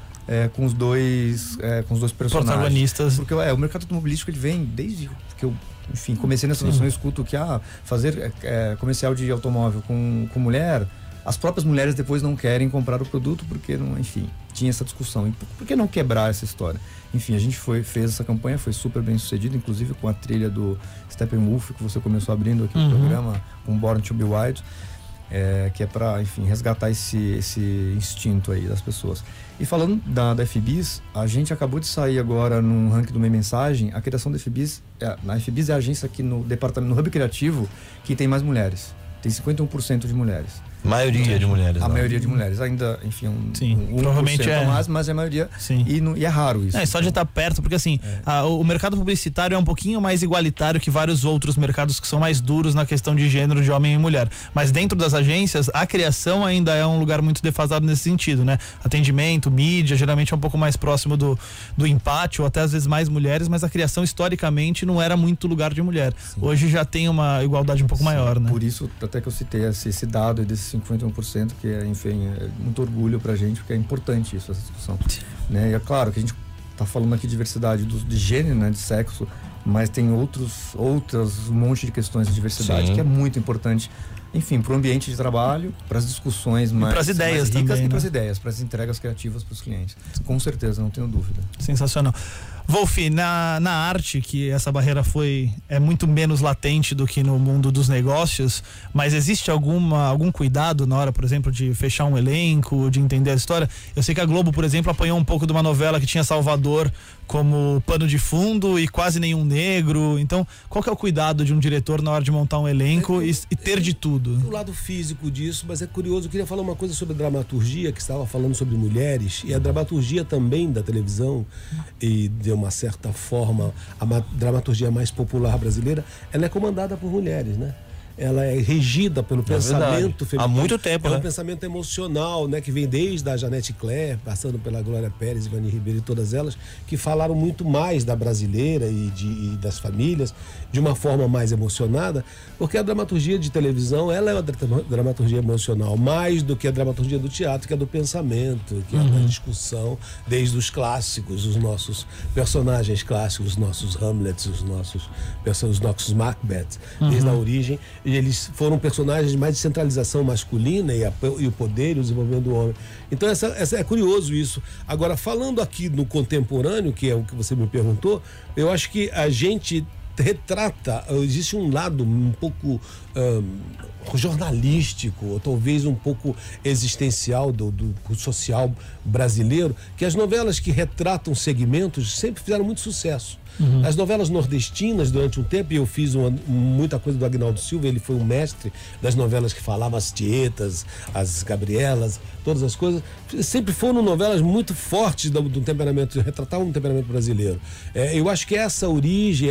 Com os dois personagens. Protagonistas. Porque o mercado automobilístico ele vem desde que eu, enfim, comecei nessa produção, eu escuto que fazer comercial de automóvel com mulher, as próprias mulheres depois não querem comprar o produto porque não, enfim, tinha essa discussão. E por que não quebrar essa história? Enfim, a gente fez essa campanha, foi super bem sucedido, inclusive com a trilha do Steppenwolf, que você começou abrindo aqui no programa, com Born to Be Wild. Que é para, enfim, resgatar esse instinto aí das pessoas. E falando da FBIS, a gente acabou de sair agora num ranking do Meia Mensagem. A criação da FBIS, na FBIS é a agência aqui no departamento, no Hub Criativo, que tem mais mulheres. Tem 51% de mulheres. Maioria de mulheres. A maioria de mulheres. Ainda, enfim, provavelmente a mais, mas é a maioria. Sim. E é raro isso. Só de estar perto, porque assim, o mercado publicitário é um pouquinho mais igualitário que vários outros mercados que são mais duros na questão de gênero de homem e mulher. Mas dentro das agências, a criação ainda é um lugar muito defasado nesse sentido, né? Atendimento, mídia, geralmente é um pouco mais próximo do empate, ou até às vezes mais mulheres, mas a criação historicamente não era muito lugar de mulher. Sim. Hoje já tem uma igualdade um pouco maior, né? Por isso, até que eu citei esse dado desses 51%, que enfim, é muito orgulho pra gente, porque é importante isso, essa discussão. Né? E é claro que a gente tá falando aqui de diversidade de gênero, né, de sexo, mas tem outras um monte de questões de diversidade, que é muito importante, enfim, para o ambiente de trabalho, para as discussões mais, para as ideias mais ricas também, e para as ideias, para as entregas criativas para os clientes. Com certeza, não tenho dúvida. Sensacional. Wolf, na arte, que essa barreira é muito menos latente do que no mundo dos negócios, mas existe algum cuidado na hora, por exemplo, de fechar um elenco, de entender a história? Eu sei que a Globo, por exemplo, apanhou um pouco de uma novela que tinha Salvador como pano de fundo e quase nenhum negro. Então, qual que é o cuidado de um diretor na hora de montar um elenco e ter de tudo? O lado físico disso, mas é curioso, eu queria falar uma coisa sobre a dramaturgia, que estava falando sobre mulheres, e a dramaturgia também da televisão, e de uma certa forma, a dramaturgia mais popular brasileira, ela é comandada por mulheres, né? Ela é regida pelo pensamento feminino. Há muito tempo, né? Um pensamento emocional, né? Que vem desde a Janete Claire, passando pela Glória Pérez, Ivani Ribeiro e todas elas, que falaram muito mais da brasileira e das famílias de uma forma mais emocionada, porque a dramaturgia de televisão, ela é uma dramaturgia emocional, mais do que a dramaturgia do teatro, que é do pensamento, que é da discussão, desde os clássicos, os nossos personagens clássicos, os nossos Hamlets, os nossos Macbeth, desde a origem. E eles foram personagens mais de centralização masculina e o poder e o desenvolvimento do homem. Então é curioso isso. Agora, falando aqui no contemporâneo, que é o que você me perguntou, eu acho que a gente retrata, existe um lado um pouco jornalístico, ou talvez um pouco existencial do social brasileiro, que as novelas que retratam segmentos sempre fizeram muito sucesso. As novelas nordestinas, durante um tempo, e eu fiz muita coisa do Agnaldo Silva, ele foi um mestre das novelas que falavam as Tietas, as Gabrielas, todas as coisas, sempre foram novelas muito fortes do temperamento, retratavam um temperamento brasileiro. Eu acho que essa origem, esse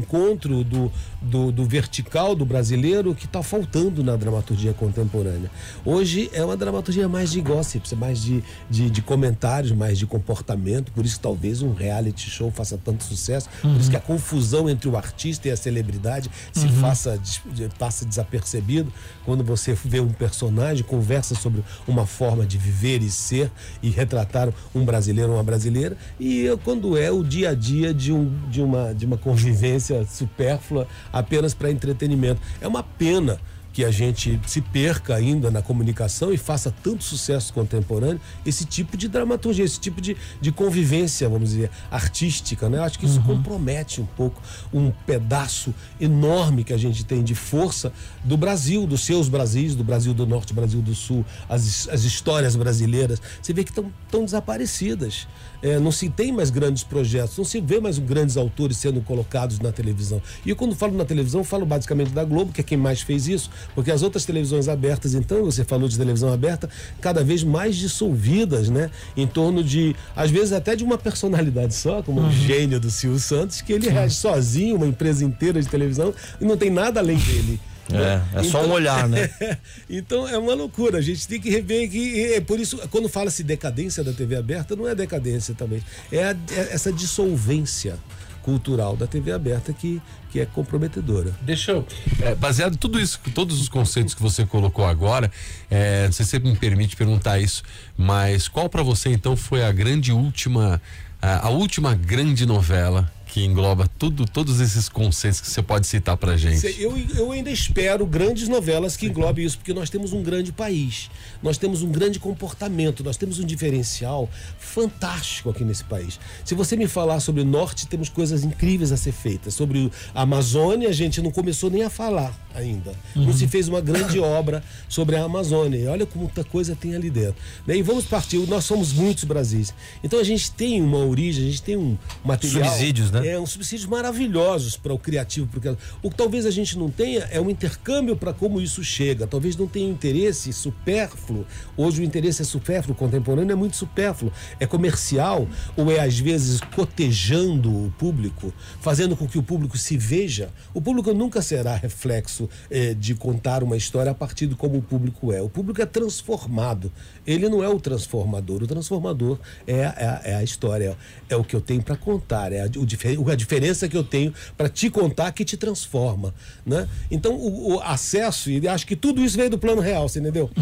encontro do vertical do brasileiro que está faltando na dramaturgia contemporânea. Hoje é uma dramaturgia mais de gossip, mais de comentários, mais de comportamento, por isso que talvez um reality show faça tanto sucesso, por isso que a confusão entre o artista e a celebridade se passa desapercebido quando você vê um personagem, conversa sobre uma forma de viver e ser e retratar um brasileiro ou uma brasileira, e quando é o dia a dia de uma convivência supérflua apenas para entretenimento. É uma pena que a gente se perca ainda na comunicação e faça tanto sucesso contemporâneo esse tipo de dramaturgia, esse tipo de convivência, vamos dizer, artística, né? Eu acho que isso compromete um pouco um pedaço enorme que a gente tem de força do Brasil, dos seus Brasis, do Brasil do Norte, Brasil do Sul, as histórias brasileiras. Você vê que estão desaparecidas. Não se tem mais grandes projetos, não se vê mais grandes autores sendo colocados na televisão. E eu, quando falo na televisão, falo basicamente da Globo, que é quem mais fez isso, porque as outras televisões abertas, então, você falou de televisão aberta, cada vez mais dissolvidas, né? Em torno de, às vezes, até de uma personalidade só, como o gênio do Silvio Santos, que ele reage sozinho, uma empresa inteira de televisão, e não tem nada além dele. É só um olhar, né? Então é uma loucura, a gente tem que rever que é por isso, quando fala-se decadência da TV aberta, não é decadência também, é essa dissolvência cultural da TV aberta que é comprometedora. Deixa eu, baseado em tudo isso, todos os conceitos que você colocou agora, não sei se você me permite perguntar isso, mas qual para você então foi a última grande novela que engloba todos esses conceitos que você pode citar pra gente? Eu ainda espero grandes novelas que englobem isso, porque nós temos um grande país, nós temos um grande comportamento, nós temos um diferencial fantástico aqui nesse país. Se você me falar sobre o Norte, temos coisas incríveis a ser feitas. Sobre a Amazônia, a gente não começou nem a falar ainda. Não se fez uma grande obra sobre a Amazônia. E olha como muita coisa tem ali dentro. E vamos partir, nós somos muitos Brasis. Então a gente tem uma origem, a gente tem um material... Subsídios, né? Uns subsídios maravilhosos para o criativo. Porque o que talvez a gente não tenha é um intercâmbio para como isso chega. Talvez não tenha interesse supérfluo. Hoje o interesse é supérfluo, contemporâneo é muito supérfluo. É comercial ou é às vezes cotejando o público, fazendo com que o público se veja. O público nunca será reflexo de contar uma história a partir de como o público é. O público é transformado. Ele não é o transformador. O transformador é a história, é o que eu tenho para contar, é a diferença que eu tenho para te contar que te transforma, né? Então o acesso, e acho que tudo isso veio do Plano Real, você entendeu?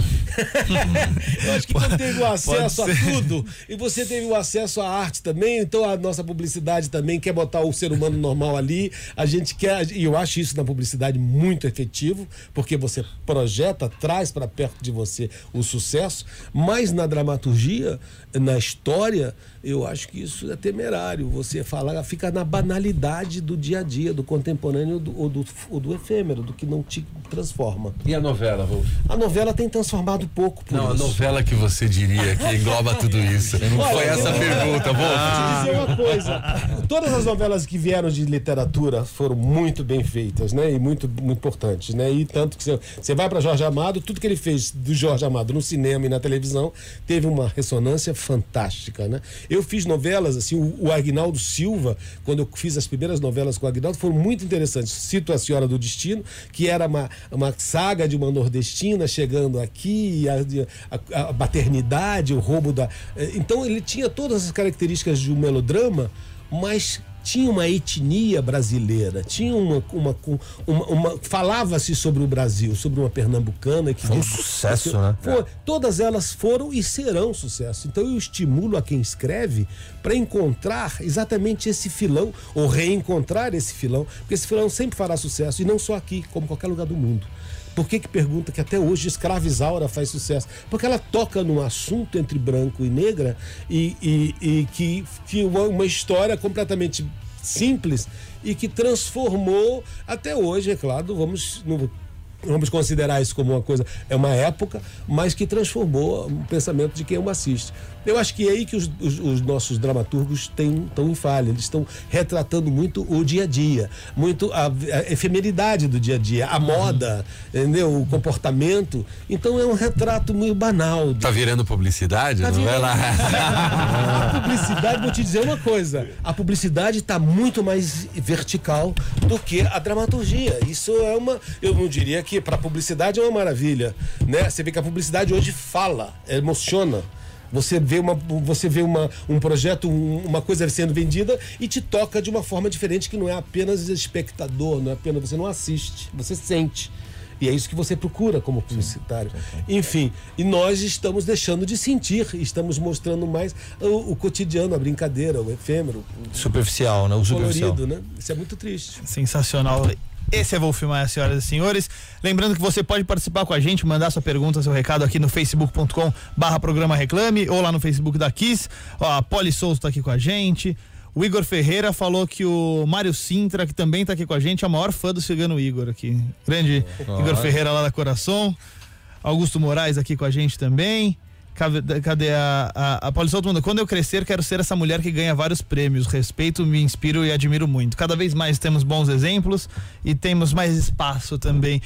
Eu acho que quando teve o acesso a tudo, e você teve o acesso à arte também, então a nossa publicidade também quer botar o ser humano normal ali, a gente quer, e eu acho isso na publicidade muito efetivo, porque você projeta, traz para perto de você o sucesso, mas na dramaturgia, na história, eu acho que isso é temerário. Você fica na banalidade do dia a dia, do contemporâneo ou do efêmero, do que não te transforma. E a novela, Wolf? A novela tem transformado pouco por Não, isso. a novela que você diria que engloba tudo isso. Não foi essa a pergunta, Wolf? Vou te dizer uma coisa. Todas as novelas que vieram de literatura foram muito bem feitas, né? E muito, muito importantes, né? E tanto que você vai para Jorge Amado, tudo que ele fez do Jorge Amado no cinema e na televisão teve uma ressonância fantástica, né? Eu fiz novelas, assim, o Aguinaldo Silva, quando eu fiz as primeiras novelas com o Aguinaldo, foram muito interessantes. Cito A Senhora do Destino, que era uma saga de uma nordestina chegando aqui, a paternidade, o roubo da... Então ele tinha todas as características de um melodrama, mas tinha uma etnia brasileira, tinha falava-se sobre o Brasil, sobre uma pernambucana que foi um sucesso, né? Todas elas foram e serão sucesso. Então eu estimulo a quem escreve para encontrar exatamente esse filão ou reencontrar esse filão, porque esse filão sempre fará sucesso, e não só aqui, como em qualquer lugar do mundo. Por que pergunta que até hoje Escrava Isaura faz sucesso? Porque ela toca num assunto entre branco e negra e que uma história completamente simples e que transformou até hoje, é claro, vamos considerar isso como uma coisa, é uma época, mas que transformou o pensamento de quem o assiste. Eu acho que é aí que os nossos dramaturgos estão em falha. Eles estão retratando muito o dia a dia, muito a efemeridade do dia a dia, a moda, entendeu? O comportamento. Então é um retrato meio banal. Tá virando publicidade? Não vai lá. A publicidade, vou te dizer uma coisa, a publicidade está muito mais vertical do que a dramaturgia. Isso eu não diria que para a publicidade é uma maravilha, né? Você vê que a publicidade hoje fala, emociona. Você vê um projeto, uma coisa sendo vendida e te toca de uma forma diferente, que não é apenas espectador, não é apenas, você não assiste, você sente. E é isso que você procura como publicitário. Enfim, e nós estamos deixando de sentir, estamos mostrando mais o cotidiano, a brincadeira, o efêmero. Superficial, né? O superficial. Colorido, né? Isso é muito triste. Sensacional. Esse é Wolf Maia, senhoras e senhores. Lembrando que você pode participar com a gente, mandar sua pergunta, seu recado aqui no facebook.com/programa Reclame ou lá no Facebook da Kiss. Ó, a Poli Souza tá aqui com a gente. O Igor Ferreira falou que o Mário Sintra, que também tá aqui com a gente, é o maior fã do Cigano Igor aqui. Grande Igor Ferreira lá da Coração. Augusto Moraes aqui com a gente também. Cadê a Poli Souza mandou: quando eu crescer, quero ser essa mulher que ganha vários prêmios. Respeito, me inspiro e admiro muito. Cada vez mais temos bons exemplos e temos mais espaço também.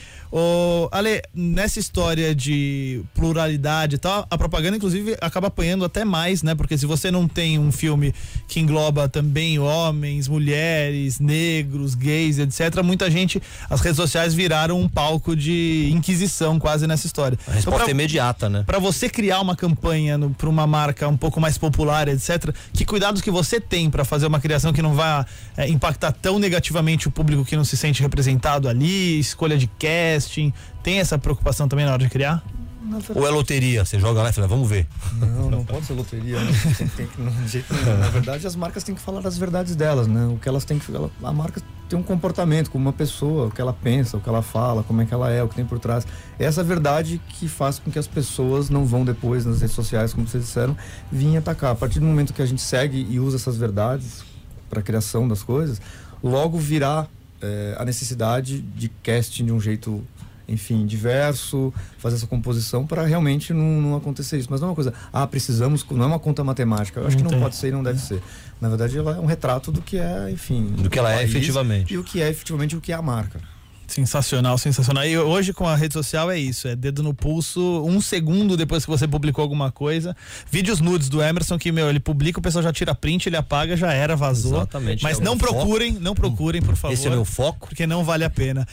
Ale, nessa história de pluralidade e tal, a propaganda inclusive acaba apanhando até mais, né? Porque se você não tem um filme que engloba também homens, mulheres, negros, gays, etc., muita gente, as redes sociais viraram um palco de inquisição quase nessa história. A resposta é imediata, né? Pra você criar uma campanha para uma marca um pouco mais popular, etc., que cuidados que você tem para fazer uma criação que não vai impactar tão negativamente o público que não se sente representado ali, escolha de casting, tem essa preocupação também na hora de criar? Ou é loteria? Você joga lá e fala, vamos ver. Não pode ser loteria, né? Tem que, de jeito nenhum. Na verdade, as marcas têm que falar das verdades delas, né? O que elas têm que... A marca tem um comportamento como uma pessoa, o que ela pensa, o que ela fala, como é que ela é, o que tem por trás. Essa verdade que faz com que as pessoas não vão depois nas redes sociais, como vocês disseram, vir atacar. A partir do momento que a gente segue e usa essas verdades para a criação das coisas, logo virá a necessidade de casting de um jeito... enfim, diverso, fazer essa composição para realmente não acontecer isso. Mas não é uma coisa, precisamos, não é uma conta matemática. Eu acho que não pode ser e não deve ser. Na verdade, ela é um retrato do que é, enfim... do que ela é efetivamente. E o que é efetivamente o que é a marca. Sensacional, sensacional. E hoje com a rede social é isso, é dedo no pulso, 1 segundo depois que você publicou alguma coisa. Vídeos nudes do Emerson que, ele publica, o pessoal já tira print, ele apaga, já era, vazou. Exatamente. Mas não procurem, por favor. Esse é meu foco. Porque não vale a pena.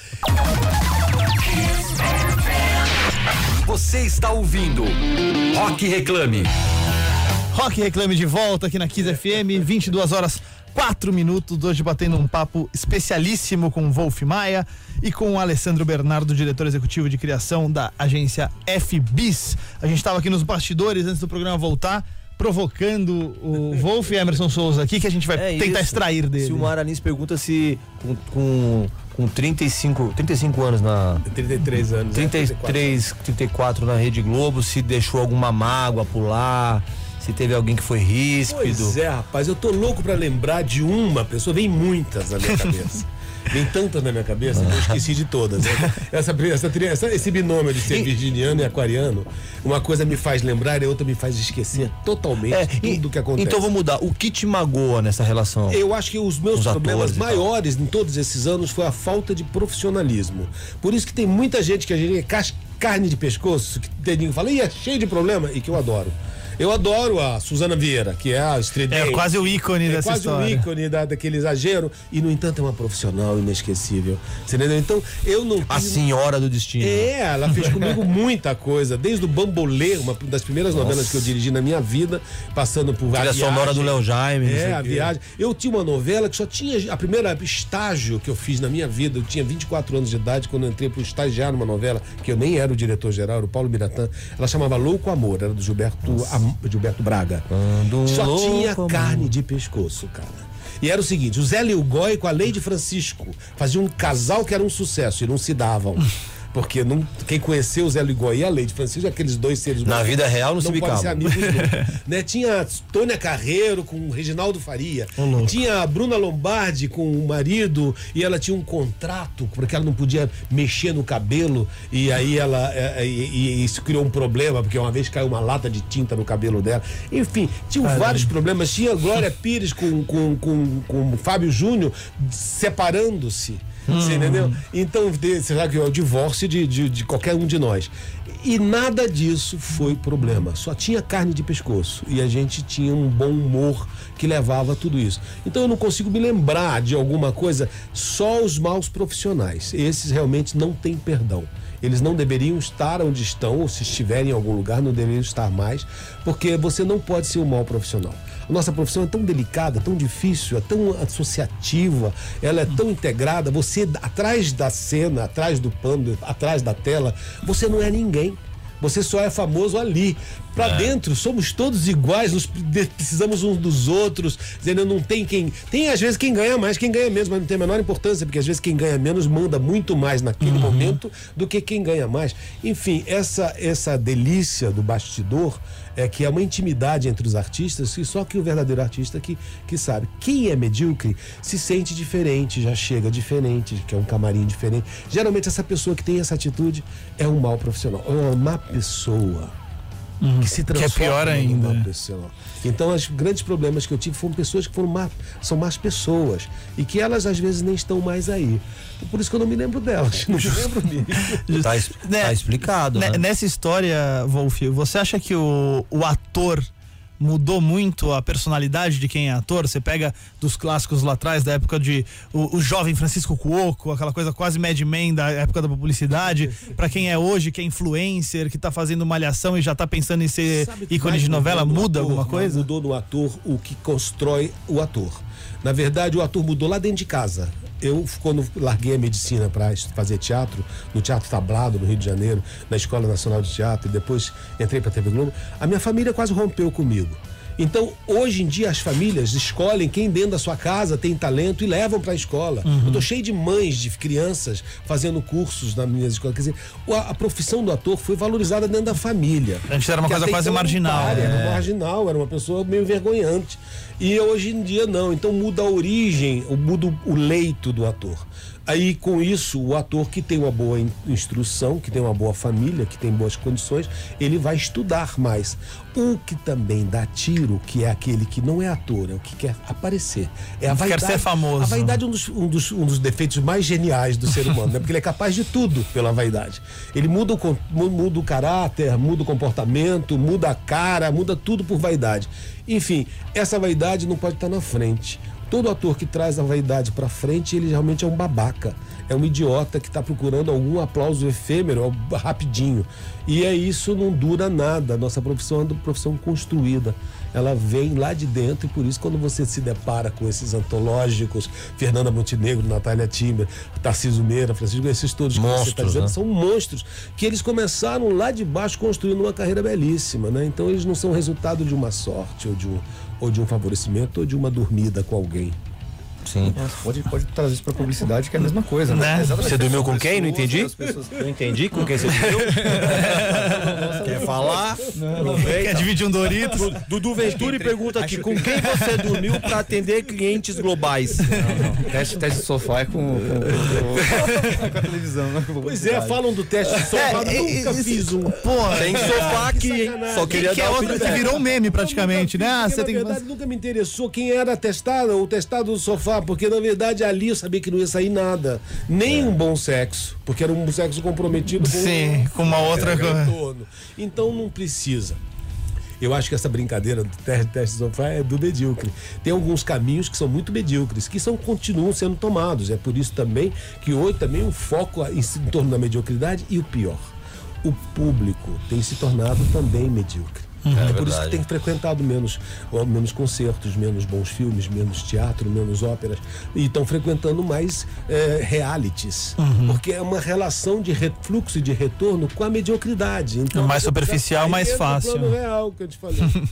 Você está ouvindo Rock Reclame. Rock Reclame de volta aqui na Kiss FM, 22h04, hoje batendo um papo especialíssimo com o Wolf Maia e com o Alessandro Bernardo, diretor executivo de criação da agência FBIS. A gente estava aqui nos bastidores antes do programa voltar, provocando o Wolf e Emerson Souza aqui, que a gente vai tentar extrair dele. Se o Maranis pergunta se com 35 anos 33 anos. 34 na Rede Globo, se deixou alguma mágoa por lá, se teve alguém que foi ríspido. Pois é, rapaz, eu tô louco pra lembrar de uma pessoa, vem muitas na minha cabeça. Vem tantas na minha cabeça que eu esqueci de todas. Esse binômio de ser virginiano e aquariano, uma coisa me faz lembrar e a outra me faz esquecer totalmente tudo que acontece. Então vou mudar. O que te magoa nessa relação? Eu acho que os meus problemas maiores em todos esses anos foi a falta de profissionalismo. Por isso que tem muita gente que a gente é carne de pescoço, que tem fala, é cheio de problema, e que eu adoro. Eu adoro a Suzana Vieira, que é a estrelinha. É quase o ícone dessa história. É quase o ícone daquele exagero. E, no entanto, é uma profissional inesquecível. Você entendeu? Então, eu não... A senhora do destino. Ela fez comigo muita coisa. Desde o Bambolê, uma das primeiras novelas que eu dirigi na minha vida, passando por a sonora do Léo Jaime. A Viagem. Eu tinha uma novela que só tinha... A primeira estágio que eu fiz na minha vida, eu tinha 24 anos de idade, quando eu entrei para estagiar numa novela, que eu nem era o diretor-geral, era o Paulo Miratã. Ela chamava Louco Amor, era do Gilberto Braga. Só tinha carne de pescoço, cara. E era o seguinte, o Zé Lilgói com a Leide Francisco faziam um casal que era um sucesso e não se davam. Porque quem conheceu o Zé Ligói e a Leide Francisco, aqueles dois seres Na vida real não se podem bicava. ser amigos nunca, né? Tinha a Tônia Carreiro com o Reginaldo Faria, tinha a Bruna Lombardi com o marido, e ela tinha um contrato porque ela não podia mexer no cabelo, e aí e isso criou um problema, porque uma vez caiu uma lata de tinta no cabelo dela. Enfim, tinham vários problemas. Tinha Glória Pires com Fábio Júnior separando-se. Você entendeu? Então, você sabe que é o divórcio de qualquer um de nós. E nada disso foi problema. Só tinha carne de pescoço. E a gente tinha um bom humor que levava a tudo isso. Então eu não consigo me lembrar de alguma coisa. Só os maus profissionais. Esses realmente não têm perdão. Eles não deveriam estar onde estão, ou se estiverem em algum lugar, não deveriam estar mais, porque você não pode ser um mau profissional. A nossa profissão é tão delicada, tão difícil, é tão associativa, ela é tão integrada. Você, atrás da cena, atrás do pano, atrás da tela, você não é ninguém. Você só é famoso ali. Pra dentro, somos todos iguais, precisamos uns dos outros. Dizendo, não tem quem. Tem às vezes quem ganha mais, quem ganha menos, mas não tem a menor importância, porque às vezes quem ganha menos manda muito mais naquele momento do que quem ganha mais. Enfim, essa delícia do bastidor é que é uma intimidade entre os artistas, e só que o verdadeiro artista que sabe. Quem é medíocre se sente diferente, já chega diferente, que é um camarim diferente. Geralmente essa pessoa que tem essa atitude é um mau profissional, é uma má pessoa. Que se transforma que é pior ainda. Numa pessoa. Então, os grandes problemas que eu tive foram pessoas que são más pessoas e que elas às vezes nem estão mais aí. Por isso que eu não me lembro delas. Não me lembro mesmo. Tá explicado. Né? Nessa história, Wolf, você acha que o ator mudou muito a personalidade de quem é ator? Você pega dos clássicos lá atrás, da época de o jovem Francisco Cuoco, aquela coisa quase Mad Men da época da publicidade, pra quem é hoje, que é influencer, que tá fazendo malhação e já tá pensando em ser ícone de novela, muda alguma coisa? Mudou no ator o que constrói o ator. Na verdade, o ator mudou lá dentro de casa. Eu, quando larguei a medicina para fazer teatro, no Teatro Tablado, no Rio de Janeiro, na Escola Nacional de Teatro, e depois entrei para a TV Globo, a minha família quase rompeu comigo. Então, hoje em dia, as famílias escolhem quem dentro da sua casa tem talento e levam para a escola. Eu tô cheio de mães, de crianças fazendo cursos na minha escola. Quer dizer, a profissão do ator foi valorizada dentro da família. Antes era uma coisa quase marginal. Era marginal, era uma pessoa meio envergonhante. E hoje em dia não. Então muda a origem, muda o leito do ator. Aí, com isso, o ator que tem uma boa instrução, que tem uma boa família, que tem boas condições, ele vai estudar mais. O que também dá tiro, que é aquele que não é ator, é o que quer aparecer. É a vaidade. Quer ser famoso. A vaidade é um dos defeitos mais geniais do ser humano, né? Porque ele é capaz de tudo pela vaidade. Ele muda o caráter, muda o comportamento, muda a cara, muda tudo por vaidade. Enfim, essa vaidade não pode estar na frente. Todo ator que traz a vaidade pra frente, ele realmente é um babaca. É um idiota que está procurando algum aplauso efêmero, rapidinho. E isso não dura nada. Nossa profissão é uma profissão construída. Ela vem lá de dentro, e por isso, quando você se depara com esses antológicos, Fernanda Montenegro, Natália Timber, Tarcísio Meira, Francisco, esses todos que você está dizendo, são monstros, que eles começaram lá de baixo construindo uma carreira belíssima, né? Então eles não são resultado de uma sorte, ou de um favorecimento, ou de uma dormida com alguém. Sim. Pode trazer isso pra publicidade, que é a mesma coisa, né? Você dormiu com quem? Não entendi? Não entendi com quem você dormiu. Quer falar? Quer dividir um Doritos? Dudu Venturi pergunta aqui, com quem você dormiu pra atender clientes globais? Não. Teste de sofá é com a televisão, né? Pois é, falam do teste de sofá, nunca fiz um. Porra, Tem sofá aqui, só queria que dar é o outra que virou um meme praticamente, né? Ah, você Na tem que verdade, nunca me interessou quem era testado ou testado do sofá, porque na verdade ali eu sabia que não ia sair nada. Nem um bom sexo, porque era um sexo comprometido com uma outra coisa. retorno. Então não precisa. Eu acho que essa brincadeira do teste de sofá é do medíocre. Tem alguns caminhos que são muito medíocres, que continuam sendo tomados. É por isso também que hoje também o foco em torno da mediocridade. E o pior, o público tem se tornado também medíocre. É por isso que tem frequentado menos concertos, menos bons filmes, menos teatro, menos óperas, e estão frequentando mais realities, porque é uma relação de refluxo e de retorno com a mediocridade. Então, mais superficial, mais fácil. Plano real que eu te falei.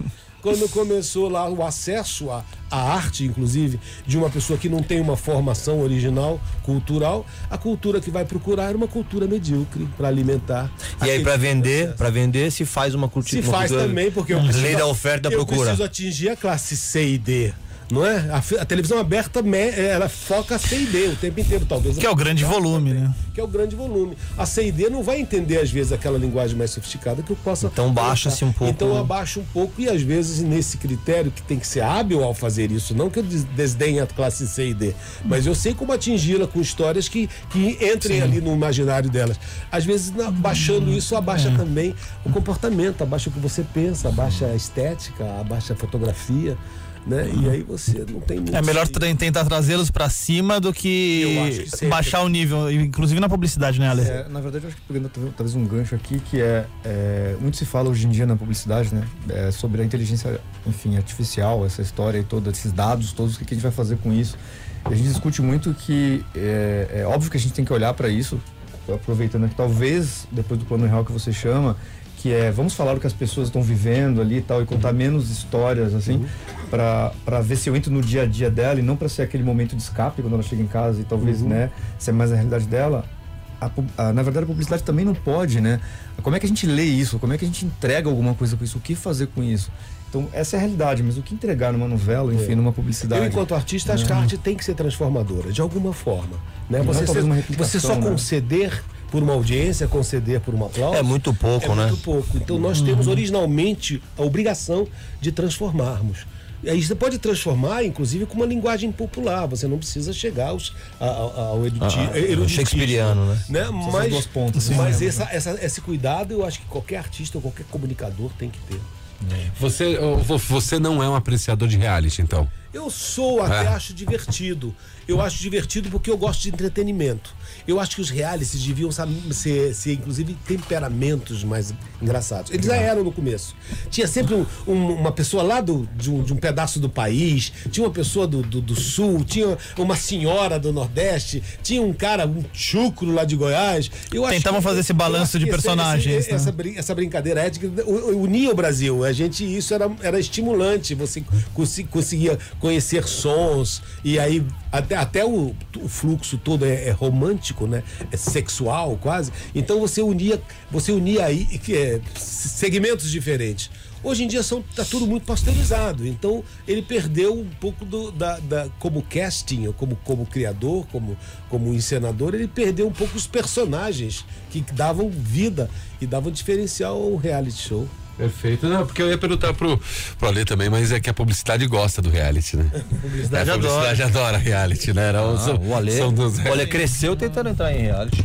quando começou lá o acesso à arte, inclusive, de uma pessoa que não tem uma formação original, cultural, a cultura que vai procurar era uma cultura medíocre para alimentar. E aí, para vender, se faz uma cultura. Se faz também, porque eu lei da oferta e da procura. Preciso atingir a classe C e D. Não é? A televisão aberta, ela foca C e D o tempo inteiro, talvez. Que é o grande volume, né? Que é o grande volume. A C e D não vai entender, às vezes, aquela linguagem mais sofisticada que eu possa... Então baixa-se um pouco. Então eu abaixo um pouco e, às vezes, nesse critério, que tem que ser hábil ao fazer isso, não que eu desdenhe a classe C e D, mas eu sei como atingi-la com histórias que entrem ali no imaginário delas. Às vezes, baixando isso, abaixa também o comportamento, abaixa o que você pensa, abaixa a estética, abaixa a fotografia. Né? E aí você não tem muito. É melhor tentar trazê-los pra cima do que baixar o nível, inclusive na publicidade, né, Ale? Na verdade, eu acho que pegando talvez um gancho aqui, que muito se fala hoje em dia na publicidade, né? Sobre a inteligência, enfim, artificial, essa história e todos esses dados, todos, o que a gente vai fazer com isso. E a gente discute muito que é óbvio que a gente tem que olhar para isso, aproveitando que talvez, depois do plano real que você chama, que vamos falar o que as pessoas estão vivendo ali e tal, e contar menos histórias, assim, para ver se eu entro no dia a dia dela e não para ser aquele momento de escape quando ela chega em casa e talvez, né, ser mais a realidade dela. Na verdade, a publicidade também não pode, né? Como é que a gente lê isso? Como é que a gente entrega alguma coisa com isso? O que fazer com isso? Então, essa é a realidade, mas o que entregar numa novela, enfim, numa publicidade? Eu, enquanto artista, acho que a arte tem que ser transformadora, de alguma forma, né? Você só conceder por uma audiência, conceder por um aplauso... É muito pouco, né? É muito pouco. Então, nós temos originalmente a obrigação de transformarmos. E aí você pode transformar, inclusive, com uma linguagem popular. Você não precisa chegar ao eruditismo. Shakespeariano, né? Mas esse cuidado, eu acho que qualquer artista ou qualquer comunicador tem que ter. Você não é um apreciador de reality, então? Eu sou, até acho divertido. Eu acho divertido porque eu gosto de entretenimento. Eu acho que os realities deviam ser inclusive, temperamentos mais engraçados. Eles já eram no começo. Tinha sempre uma pessoa lá de um pedaço do país, tinha uma pessoa do sul, tinha uma senhora do Nordeste, tinha um cara, um chucro lá de Goiás. Tentavam fazer esse balanço de personagens. Essa brincadeira ética unia o Brasil. Isso era estimulante. Você conseguia conhecer sons, e aí até o fluxo todo é romântico, né? É sexual quase. Então você unia aí segmentos diferentes. Hoje em dia tá tudo muito pasteurizado, então ele perdeu um pouco como casting, ou como criador, como encenador, ele perdeu um pouco os personagens que davam vida e davam diferencial ao reality show. Perfeito, não, porque eu ia perguntar pro Ale também, mas é que a publicidade gosta do reality, né? A publicidade adora reality, né? O Ale cresceu tentando entrar em reality.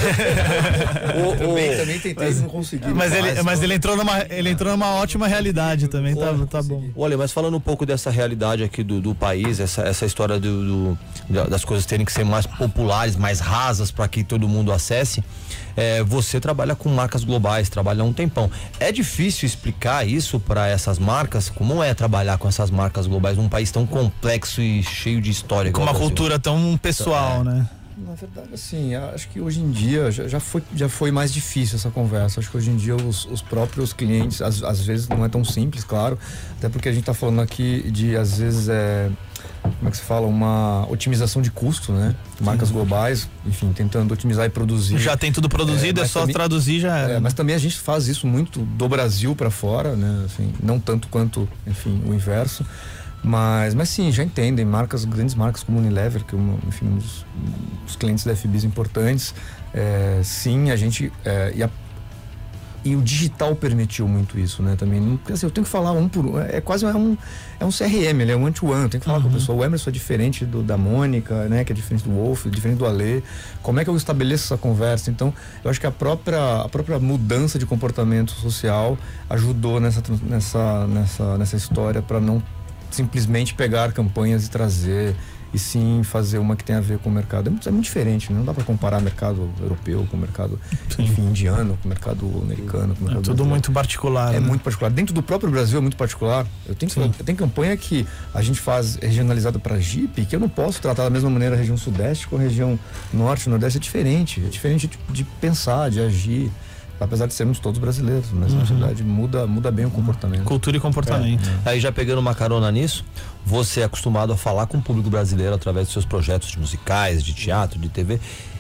Também tentei, não consegui. Mas ele entrou numa ótima realidade também, tá bom. Olha, mas falando um pouco dessa realidade aqui do país, essa história das coisas terem que ser mais populares, mais rasas, para que todo mundo acesse, você trabalha com marcas globais, trabalha há um tempão. É difícil explicar isso para essas marcas? Como é trabalhar com essas marcas globais num país tão complexo e cheio de história? Com uma cultura tão pessoal, né? Na verdade, assim, acho que hoje em dia já foi mais difícil essa conversa. Acho que hoje em dia os próprios clientes, às vezes não é tão simples, claro, até porque a gente está falando aqui de, às vezes, como é que se fala? Uma otimização de custo, né? Marcas globais, enfim, tentando otimizar e produzir. Já tem tudo produzido, é só também, traduzir, já era. Mas também a gente faz isso muito do Brasil para fora, né? Assim, não tanto quanto, enfim, o inverso. Mas sim, já entendem, grandes marcas como Unilever, que é um dos clientes da FBIS importantes. Sim, a gente... E o digital permitiu muito isso, né? Também, assim, eu tenho que falar um por um. Quase um CRM, ele é um one-to-one. Eu tenho que falar com a pessoa. O Emerson é diferente da Mônica, né? Que é diferente do Wolf, diferente do Ale. Como é que eu estabeleço essa conversa? Então, eu acho que a própria mudança de comportamento social ajudou nessa história para não simplesmente pegar campanhas e trazer, e sim fazer uma que tem a ver com o mercado. É muito diferente, né? Não dá para comparar mercado europeu com o mercado, enfim, indiano, com o mercado americano. Com o mercado tudo brasileiro. Muito particular. É, né? Muito particular. Dentro do próprio Brasil é muito particular. Tem campanha que a gente faz regionalizada para Jeep, que eu não posso tratar da mesma maneira a região sudeste com a região norte, nordeste. É diferente de pensar, de agir. apesar de sermos todos brasileiros, mas na verdade muda bem o comportamento. Cultura e comportamento. Aí já pegando uma carona nisso, você é acostumado a falar com o público brasileiro através dos seus projetos de musicais, de teatro, de TV.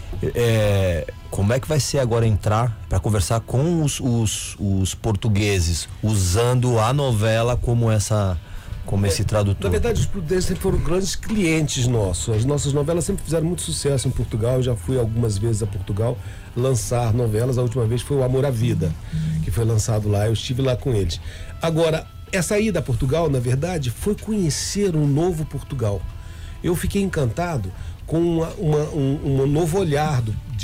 Como é que vai ser agora entrar para conversar com os portugueses, usando a novela como esse tradutor? Na verdade, os portugueses sempre foram grandes clientes nossos. As nossas novelas sempre fizeram muito sucesso em Portugal. Eu já fui algumas vezes a Portugal lançar novelas. A última vez foi o Amor à Vida, que foi lançado lá. Eu estive lá com eles. Agora, essa ida a Portugal, na verdade, foi conhecer um novo Portugal. Eu fiquei encantado com um novo olhar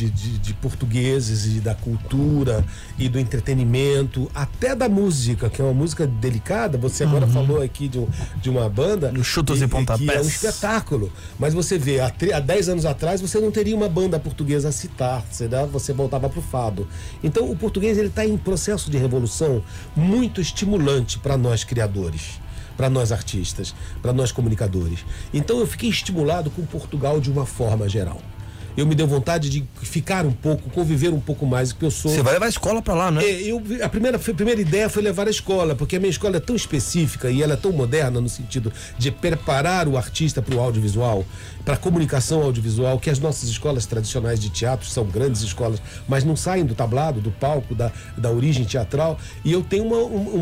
de portugueses e da cultura e do entretenimento, até da música, que é uma música delicada. Você agora falou aqui de uma banda Chutos e Pontapés, que é um espetáculo, mas você vê, há 10 anos atrás você não teria uma banda portuguesa a citar, você voltava pro fado. Então o português ele está em processo de revolução muito estimulante para nós criadores, para nós artistas, para nós comunicadores. Então eu fiquei estimulado com Portugal de uma forma geral. Eu me deu vontade de ficar um pouco, conviver um pouco mais, porque eu sou... Você vai levar a escola pra lá, né? A primeira ideia foi levar a escola, porque a minha escola é tão específica e ela é tão moderna no sentido de preparar o artista para o audiovisual, para a comunicação audiovisual, que as nossas escolas tradicionais de teatro são grandes escolas, mas não saem do tablado, do palco, da origem teatral. E eu tenho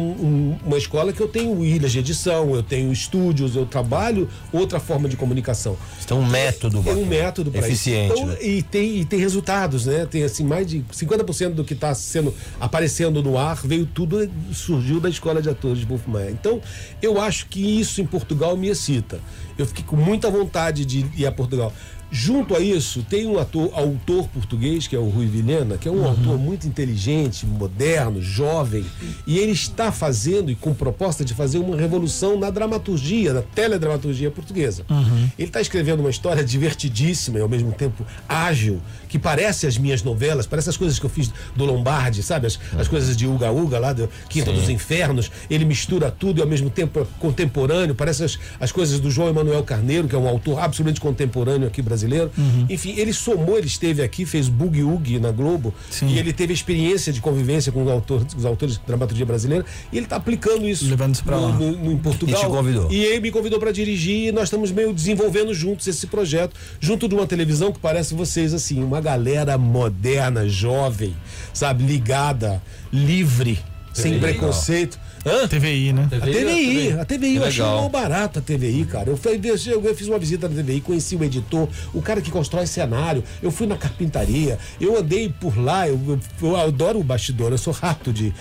uma escola que eu tenho ilhas de edição, eu tenho estúdios, eu trabalho outra forma de comunicação. Você tem um método. É um método para eficiente. Então, e tem resultados, né? Tem assim, mais de 50% do que está aparecendo no ar, surgiu da Escola de Atores de Wolf Maia. Então, eu acho que isso em Portugal me excita. Eu fiquei com muita vontade de ir a Portugal. Junto a isso, tem um autor português, que é o Rui Vilhena, que é um autor muito inteligente, moderno, jovem, e ele está fazendo, e com proposta de fazer uma revolução na dramaturgia, na teledramaturgia portuguesa. Ele está escrevendo uma história divertidíssima e ao mesmo tempo ágil, que parece as minhas novelas, parece as coisas que eu fiz do Lombardi, sabe? As coisas de Uga Uga, lá do Quinta dos Infernos. Ele mistura tudo e ao mesmo tempo é contemporâneo, parece as coisas do João Emanuel Carneiro, que é um autor absolutamente contemporâneo aqui brasileiro. Enfim, ele esteve aqui, fez Boogie Woogie na Globo. Sim. E ele teve experiência de convivência com os autores de dramaturgia brasileira, e ele está aplicando isso em Portugal. E te convidou. E ele me convidou para dirigir, e nós estamos meio desenvolvendo juntos esse projeto, junto de uma televisão que parece vocês assim, uma galera moderna, jovem, sabe, ligada, livre, sem preconceito. TVI, né? A TVI, eu achei mal barato a TVI, cara. Eu fiz uma visita na TVI, conheci o editor, o cara que constrói cenário, eu fui na carpintaria, eu andei por lá, eu adoro o bastidor, eu sou rato de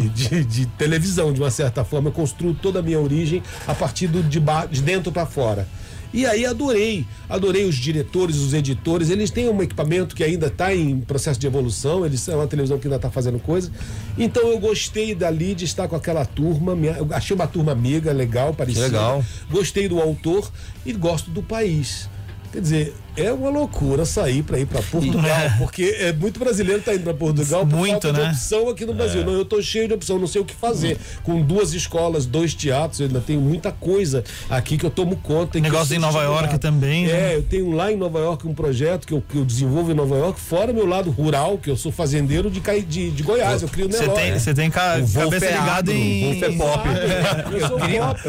televisão, de uma certa forma. Eu construo toda a minha origem a partir de dentro para fora. E aí adorei os diretores, os editores. Eles têm um equipamento que ainda está em processo de evolução, é uma televisão que ainda está fazendo coisa. Então eu gostei dali de estar com aquela turma, eu achei uma turma amiga, legal, parecida. Legal. Gostei do autor e gosto do país. Quer dizer, é uma loucura sair para ir para Portugal, porque muito brasileiro tá indo para Portugal por falta de opção aqui no Brasil. Não, eu tô cheio de opção, não sei o que fazer. Com 2 escolas, 2 teatros, eu ainda tenho muita coisa aqui que eu tomo conta. Negócio em Nova York também, né? Eu tenho lá em Nova York um projeto que eu desenvolvo em Nova York, fora meu lado rural, que eu sou fazendeiro de Goiás, eu crio Nelore. Você tem cabeça ligada em... Wolf é pop. Eu sou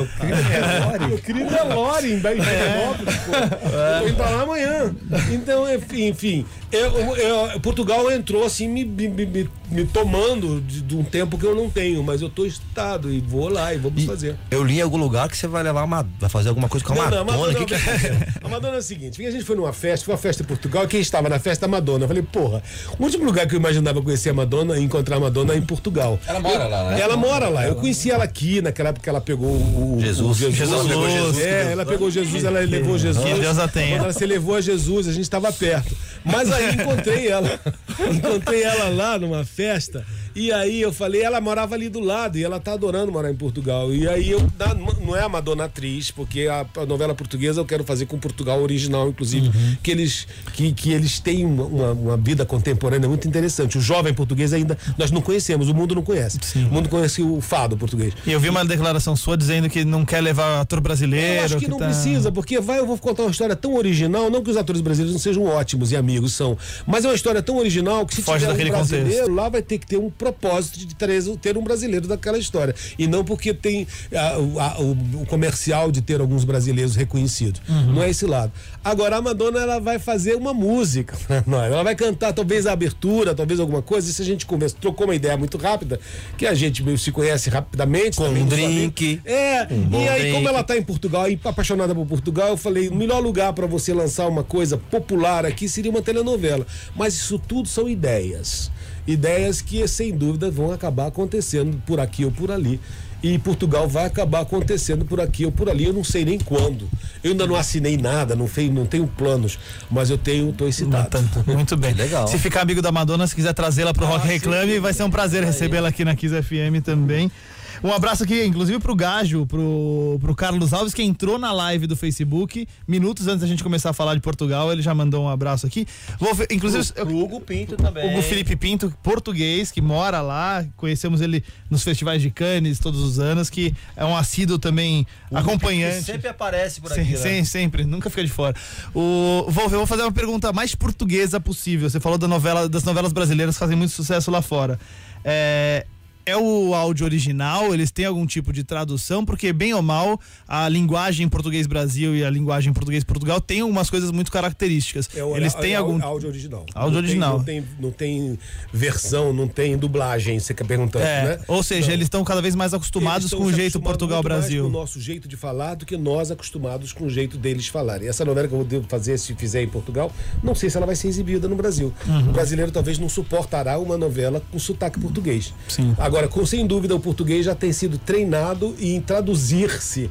pop. Eu crio Nelore em Bernópolis, pô. Eu tô indo pra lá amanhã. Então, enfim, Portugal entrou assim me tomando de um tempo que eu não tenho, mas eu tô excitado e vou lá e vamos fazer. Eu li em algum lugar que você vai vai fazer alguma coisa com a Madonna. A Madonna é o seguinte: a gente foi numa festa, foi uma festa em Portugal, quem estava na festa? A Madonna. Eu falei, porra, o último lugar que eu imaginava conhecer a Madonna, encontrar a Madonna é em Portugal. Ela mora lá, né? Ela mora lá. Eu conheci ela aqui, naquela época que ela pegou Jesus. Ela pegou Jesus, ela levou Jesus. Que Deus a tenha. Quando ela se levou a Jesus, a gente estava perto. Mas aí encontrei ela lá numa festa E aí eu falei, ela morava ali do lado e ela tá adorando morar em Portugal. E aí não é a Madonna atriz, porque a novela portuguesa eu quero fazer com Portugal original, inclusive, que eles têm uma vida contemporânea muito interessante. O jovem português ainda nós não conhecemos, o mundo não conhece. Sim. O mundo conhece o fado português. E eu vi uma declaração sua dizendo que não quer levar ator brasileiro. Eu acho que não precisa, porque eu vou contar uma história tão original, não que os atores brasileiros não sejam ótimos e amigos, são, mas é uma história tão original que se foge tiver daquele um brasileiro, contexto. lá vai ter que ter um propósito de ter um brasileiro daquela história. E não porque tem o comercial de ter alguns brasileiros reconhecidos. Não é esse lado. Agora, a Madonna, ela vai fazer uma música pra nós. Ela vai cantar talvez a abertura, talvez alguma coisa. E se a gente trocou uma ideia muito rápida, que a gente se conhece rapidamente. Com também, um drink. E aí, como ela tá em Portugal e apaixonada por Portugal, eu falei, o melhor lugar para você lançar uma coisa popular aqui seria uma telenovela. Mas isso tudo são ideias. Ideias que, sem dúvida, vão acabar acontecendo por aqui ou por ali. E Portugal vai acabar acontecendo por aqui ou por ali, eu não sei nem quando. Eu ainda não assinei nada, não tenho planos, mas eu tô excitado. Muito bem. Legal. Se ficar amigo da Madonna, se quiser trazê-la pro Rock Reclame, vai ser um prazer recebê-la aqui na Kiss FM também. Um abraço aqui, inclusive, pro Gajo, pro Carlos Alves, que entrou na live do Facebook, minutos antes da gente começar a falar de Portugal, ele já mandou um abraço aqui. Inclusive, o Hugo Pinto também. Hugo Felipe Pinto, português, que mora lá, conhecemos ele nos festivais de Cannes todos os anos, que é um assíduo também acompanhante. Sempre aparece por aqui, né? Sempre, nunca fica de fora. Eu vou fazer uma pergunta mais portuguesa possível. Você falou das novelas brasileiras que fazem muito sucesso lá fora. É o áudio original? Eles têm algum tipo de tradução? Porque, bem ou mal, a linguagem português Brasil e a linguagem português Portugal tem algumas coisas muito características. Eles têm algum áudio original. Áudio original. Não tem versão, não tem dublagem, você quer perguntando, né? Ou seja, eles estão cada vez mais acostumados com o jeito Portugal-Brasil. Com o nosso jeito de falar do que nós acostumados com o jeito deles falarem. Essa novela que eu vou fazer, se fizer em Portugal, não sei se ela vai ser exibida no Brasil. O brasileiro talvez não suportará uma novela com sotaque português. Sim. Agora, sem dúvida, o português já tem sido treinado em traduzir-se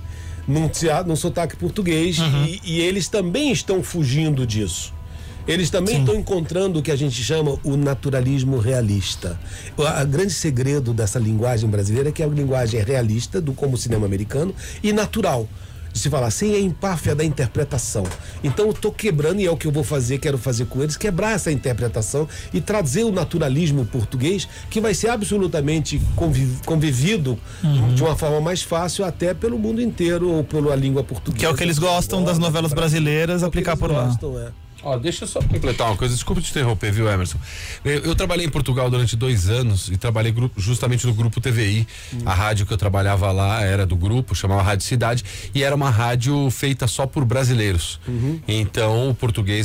num sotaque português e eles também estão fugindo disso. Eles também estão encontrando o que a gente chama o naturalismo realista. O grande segredo dessa linguagem brasileira é que a linguagem é realista, como o cinema americano, e natural. De se falar, sem a empáfia da interpretação. Então eu tô quebrando, e é o que eu quero fazer com eles, quebrar essa interpretação e trazer o naturalismo português, que vai ser absolutamente convivido de uma forma mais fácil até pelo mundo inteiro, ou pela língua portuguesa. Que é o que eles gostam das novelas brasileiras, aplicar por lá. Deixa eu só completar uma coisa, desculpa te interromper, viu, Emerson? Eu trabalhei em Portugal durante 2 anos e trabalhei justamente no Grupo TVI. A rádio que eu trabalhava lá era do grupo, chamava Rádio Cidade, e era uma rádio feita só por brasileiros. Então o português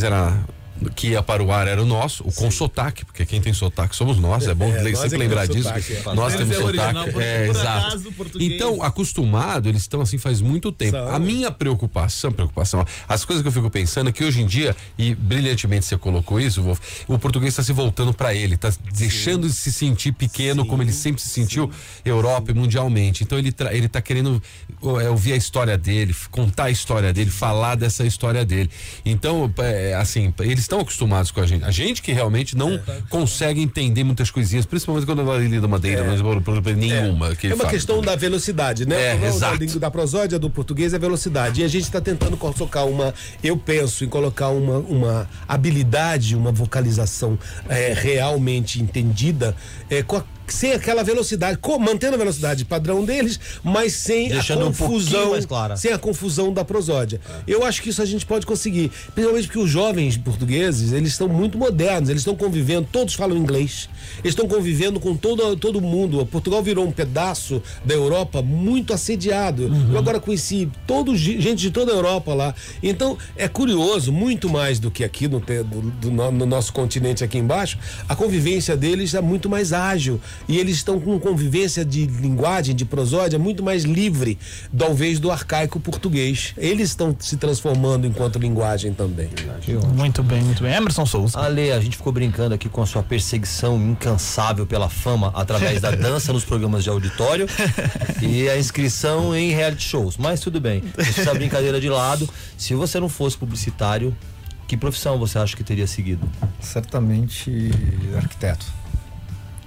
que ia para o ar era o nosso, com sotaque, porque quem tem sotaque somos nós, é bom sempre lembrar disso. Nós temos sotaque. Exato. Então, acostumado, eles estão assim faz muito tempo. A minha preocupação, as coisas que eu fico pensando é que hoje em dia, e brilhantemente você colocou isso, Wolf, o português está se voltando para ele, está deixando de se sentir pequeno, como ele sempre se sentiu, Europa e mundialmente. Então ele tá querendo ouvir a história dele, contar a história dele, falar dessa história dele. Então, assim, eles estão acostumados com a gente que realmente não consegue entender muitas coisinhas, principalmente quando ela lida Madeira, mas nenhuma. É uma questão da velocidade, né? Exato. Da prosódia do português é velocidade. E a gente está tentando colocar eu penso em colocar uma habilidade, uma vocalização realmente entendida, sem aquela velocidade, mantendo a velocidade padrão deles, mas sem a confusão, sem a confusão da prosódia. Eu acho que isso a gente pode conseguir, principalmente porque os jovens portugueses, eles estão muito modernos, eles estão convivendo, todos falam inglês, eles estão convivendo com todo mundo. Portugal virou um pedaço da Europa muito assediado. Eu agora conheci gente de toda a Europa lá. Então, é curioso, muito mais do que aqui no nosso continente aqui embaixo, a convivência deles é muito mais ágil. E eles estão com convivência de linguagem, de prosódia muito mais livre, talvez, do arcaico português. Eles estão se transformando enquanto linguagem também. Muito bem, muito bem. Emerson Souza. Ale, a gente ficou brincando aqui com a sua perseguição incansável pela fama através da dança nos programas de auditório e a inscrição em reality shows. Mas tudo bem, deixa essa brincadeira de lado. Se você não fosse publicitário, que profissão você acha que teria seguido? Certamente arquiteto.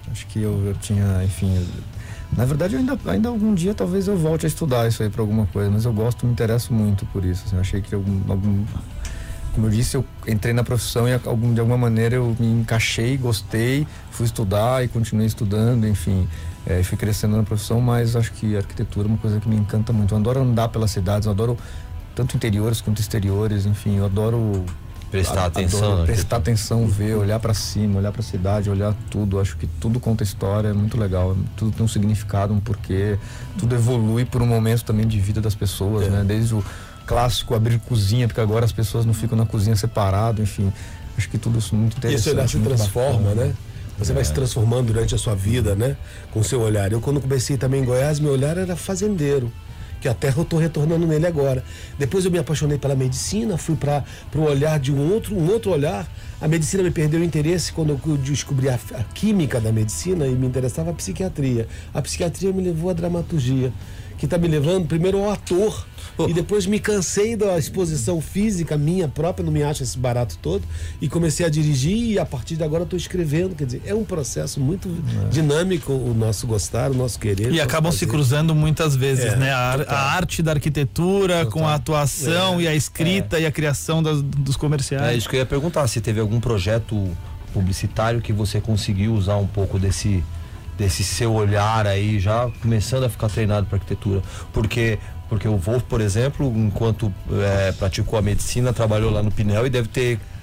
Acho que eu tinha, enfim... Na verdade, ainda algum dia talvez eu volte a estudar isso aí para alguma coisa, mas eu gosto, me interesso muito por isso. Assim, eu achei que como eu disse, eu entrei na profissão e de alguma maneira eu me encaixei, gostei, fui estudar e continuei estudando, enfim, fui crescendo na profissão, mas acho que a arquitetura é uma coisa que me encanta muito. Eu adoro andar pelas cidades, eu adoro tanto interiores quanto exteriores, enfim, eu adoro prestar atenção, prestar atenção, ver, olhar para cima, olhar para a cidade, olhar tudo. Acho que tudo conta história, é muito legal. Tudo tem um significado, um porquê. Tudo evolui por um momento também de vida das pessoas, né? Desde o clássico abrir cozinha, porque agora as pessoas não ficam na cozinha separado, enfim. Acho que tudo isso é muito interessante. Esse olhar se transforma, né? Você vai se transformando durante a sua vida, né? Com o seu olhar. Eu, quando comecei também em Goiás, meu olhar era fazendeiro. Que a terra eu estou retornando nele agora. Depois eu me apaixonei pela medicina, fui para o olhar de um outro olhar. A medicina me perdeu o interesse quando eu descobri a química da medicina e me interessava a psiquiatria. A psiquiatria me levou à dramaturgia, que está me levando primeiro ao ator. E depois me cansei da exposição física minha própria, não me acho esse barato todo, e comecei a dirigir e a partir de agora estou escrevendo. Quer dizer, é um processo muito dinâmico o nosso gostar, o nosso querer. E acabam se cruzando muitas vezes, né? A arte da arquitetura com a atuação e a escrita e a criação dos comerciais. É isso que eu ia perguntar, se teve algum projeto publicitário que você conseguiu usar um pouco desse seu olhar aí, já começando a ficar treinado para arquitetura, porque o Wolf, por exemplo, enquanto praticou a medicina, trabalhou lá no Pinel e deve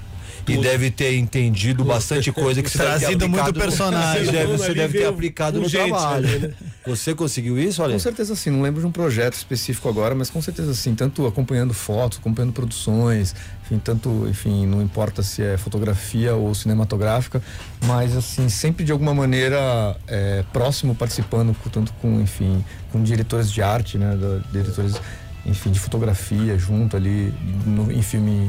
ter entendido bastante coisa que você trazido muito personagem. Você deve ter aplicado no trabalho. Né? Você conseguiu isso, olha? Com certeza sim, não lembro de um projeto específico agora, mas com certeza sim, tanto acompanhando fotos, acompanhando produções, enfim, não importa se é fotografia ou cinematográfica, mas assim, sempre de alguma maneira próximo, participando, tanto com diretores de arte, né, diretores, enfim, de fotografia junto ali, em filme,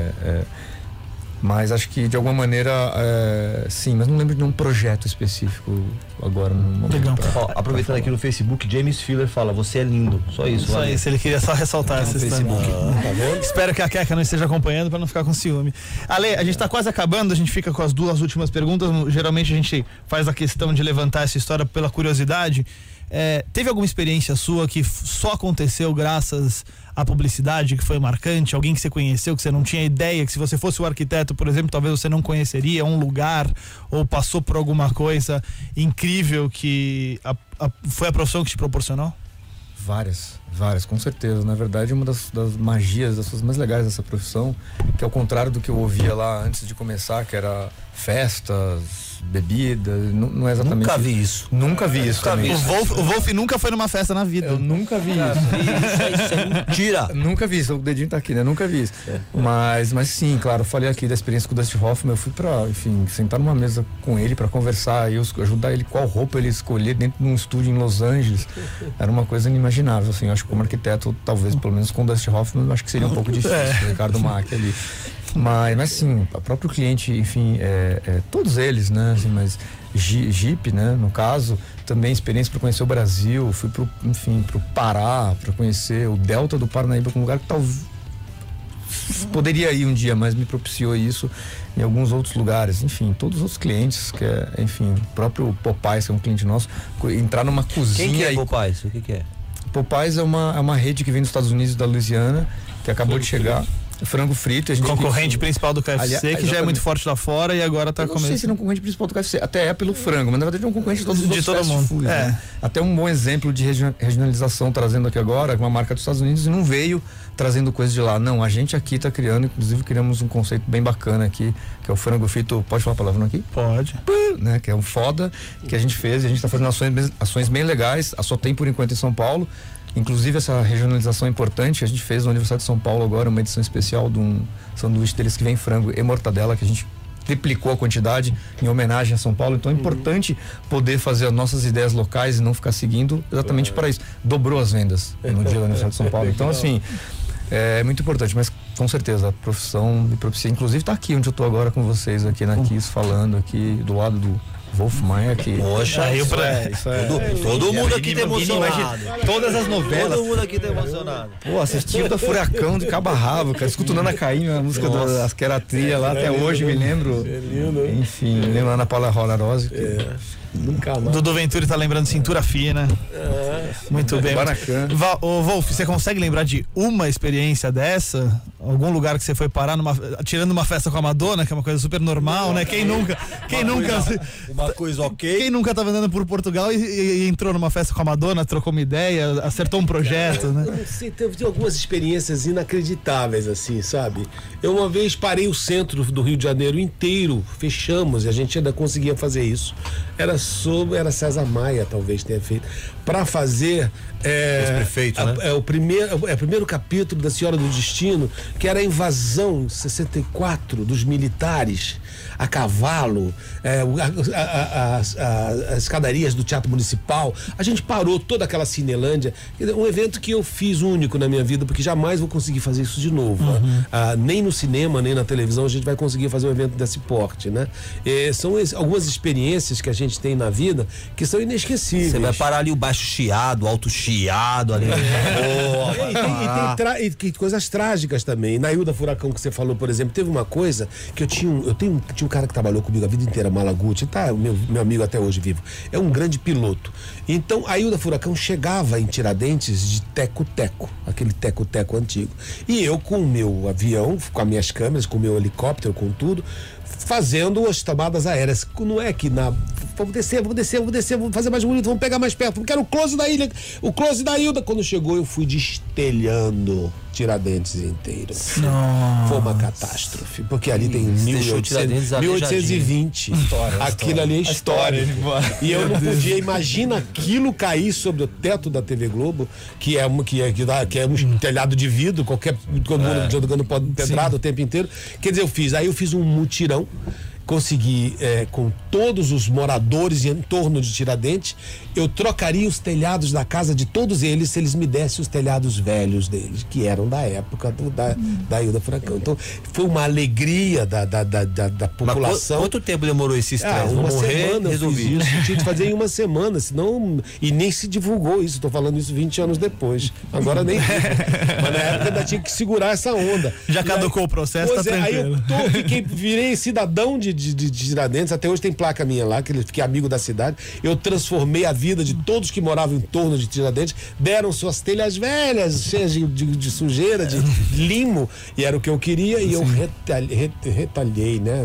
mas acho que de alguma maneira sim, mas não lembro de um projeto específico agora no momento. Aproveitando aqui no Facebook, James Filler fala: você é lindo, só isso. Só isso, ele queria só ressaltar essa Facebook. Tá vendo? Espero que a Queca não esteja acompanhando para não ficar com ciúme. Ale, a gente tá quase acabando, a gente fica com as duas últimas perguntas. Geralmente a gente faz a questão de levantar essa história pela curiosidade. Teve alguma experiência sua que só aconteceu graças à publicidade, que foi marcante? Alguém que você conheceu, que você não tinha ideia, que se você fosse o arquiteto, por exemplo, talvez você não conheceria um lugar, ou passou por alguma coisa incrível que foi a profissão que te proporcionou? Várias, com certeza. Na verdade, uma das magias, das coisas mais legais dessa profissão, que ao contrário do que eu ouvia lá antes de começar, que era festas, bebida, não é exatamente. Nunca vi isso. Nunca vi isso também. O Wolf nunca foi numa festa na vida. Eu nunca vi isso. Isso é mentira. Nunca vi isso, o dedinho tá aqui, né? Nunca vi isso. Mas sim, claro, eu falei aqui da experiência com o Dustin Hoffman, eu fui pra, enfim, sentar numa mesa com ele pra conversar e ajudar ele qual roupa ele escolher dentro de um estúdio em Los Angeles. Era uma coisa inimaginável, assim, eu acho que como arquiteto, talvez, pelo menos com o Dustin Hoffman, eu acho que seria um pouco difícil, o Ricardo Mack ali. Mas sim, o próprio cliente, enfim, todos eles, né? Assim, mas Jeep, né? No caso, também experiência para conhecer o Brasil, fui pro Pará para conhecer o Delta do Parnaíba, um lugar que talvez poderia ir um dia, mas me propiciou isso em alguns outros lugares. Enfim, todos os outros clientes, enfim, o próprio Popeyes, que é um cliente nosso, entrar numa cozinha. Quem que é Popeyes? O que é? Popeyes é uma rede que vem dos Estados Unidos, da Louisiana, que acabou de chegar. Frango frito. Concorrente principal do KFC, que já é muito forte lá fora e agora tá começando. Não sei se não é concorrente principal do KFC, até pelo frango, mas na verdade é um concorrente de todos os outros fast mundo. Food, né? Até um bom exemplo de regionalização trazendo aqui agora, uma marca dos Estados Unidos, e não veio trazendo coisas de lá. Não, a gente aqui tá criando, inclusive criamos um conceito bem bacana aqui, que é o frango frito. Pode falar a palavra aqui? Pode. Né? Que é um foda que a gente fez, e a gente tá fazendo ações bem legais. A só tem por enquanto em São Paulo. Inclusive essa regionalização é importante. A gente fez no aniversário de São Paulo agora uma edição especial de um sanduíche deles que vem frango e mortadela, que a gente triplicou a quantidade em homenagem a São Paulo. Então é importante poder fazer as nossas ideias locais e não ficar seguindo exatamente para isso. Dobrou as vendas no dia do aniversário de São Paulo. Então assim, é muito importante, mas com certeza a profissão me propicia. Inclusive tá aqui onde eu tô agora com vocês aqui na Kiss, falando aqui do lado do Wolf Maia que... Poxa, todo mundo aqui tá emocionado. Todas as novelas. Todo mundo aqui tá emocionado. Pô, assisti da Furacão de Cabo a Rabo, cara. Escuto Nana Caymmi, a música que era a trilha lá, até hoje me lembro. Enfim, me lembro Ana Paula Rolarose. Nunca mais. Dudu Venturi tá lembrando Cintura Fina. Muito bem. Baracan. Ô, Wolf, você consegue lembrar de uma experiência dessa? Algum lugar que você foi parar tirando uma festa com a Madonna, que é uma coisa super normal, né? Quem nunca Uma coisa ok. Quem nunca tava andando por Portugal e entrou numa festa com a Madonna, trocou uma ideia, acertou um projeto, né? Eu não sei, teve algumas experiências inacreditáveis, assim, sabe? Eu uma vez parei o centro do Rio de Janeiro inteiro, fechamos, e a gente ainda conseguia fazer isso. Era César Maia, talvez tenha feito, para fazer prefeito, né? o primeiro capítulo da Senhora do Destino, que era a invasão em 64 dos militares a cavalo, as escadarias do Teatro Municipal. A gente parou toda aquela Cinelândia, um evento que eu fiz único na minha vida, porque jamais vou conseguir fazer isso de novo. Nem no cinema, nem na televisão a gente vai conseguir fazer um evento desse porte, né? São algumas experiências que a gente tem na vida que são inesquecíveis. Você vai parar ali o baixo chiado, o alto chiado ali. E tem coisas trágicas também. Na Ilda Furacão que você falou, por exemplo, teve uma coisa que eu tinha um cara que trabalhou comigo a vida inteira, Malaguti, tá meu amigo até hoje vivo. É um grande piloto. Então a Ilda Furacão chegava em Tiradentes de teco-teco, aquele teco-teco antigo. E eu com o meu avião, com as minhas câmeras, com o meu helicóptero, com tudo, fazendo as tomadas aéreas. Não é que vamos descer, vamos fazer mais bonito, vamos pegar mais perto, quero o close da ilha, o close da Ilda. Quando chegou, eu fui destelhando Tiradentes inteiro. Foi uma catástrofe, porque ali tem 1820. Aquilo ali é história. E eu não podia, imagina aquilo cair sobre o teto da TV Globo, que é um telhado de vidro, todo mundo jogando pedrada o tempo inteiro. Quer dizer, eu fiz um mutirão, consegui, com todos os moradores em torno de Tiradentes, eu trocaria os telhados da casa de todos eles se eles me dessem os telhados velhos deles, que eram da época da Ilda Furacão. Então, foi uma alegria da população. Mas quanto tempo demorou esse estresse? Uma semana eu fiz isso. Tinha que fazer em uma semana, senão... E nem se divulgou isso. Estou falando isso 20 anos depois. Agora nem... Mas na época ainda tinha que segurar essa onda. Já caducou o processo, tá tranquilo. Aí virei cidadão de Tiradentes. Até hoje tem placa minha lá, que fiquei amigo da cidade. Eu transformei a vida de todos que moravam em torno de Tiradentes, deram suas telhas velhas, cheias de sujeira, de limo, e era o que eu queria, e eu retalhei, né?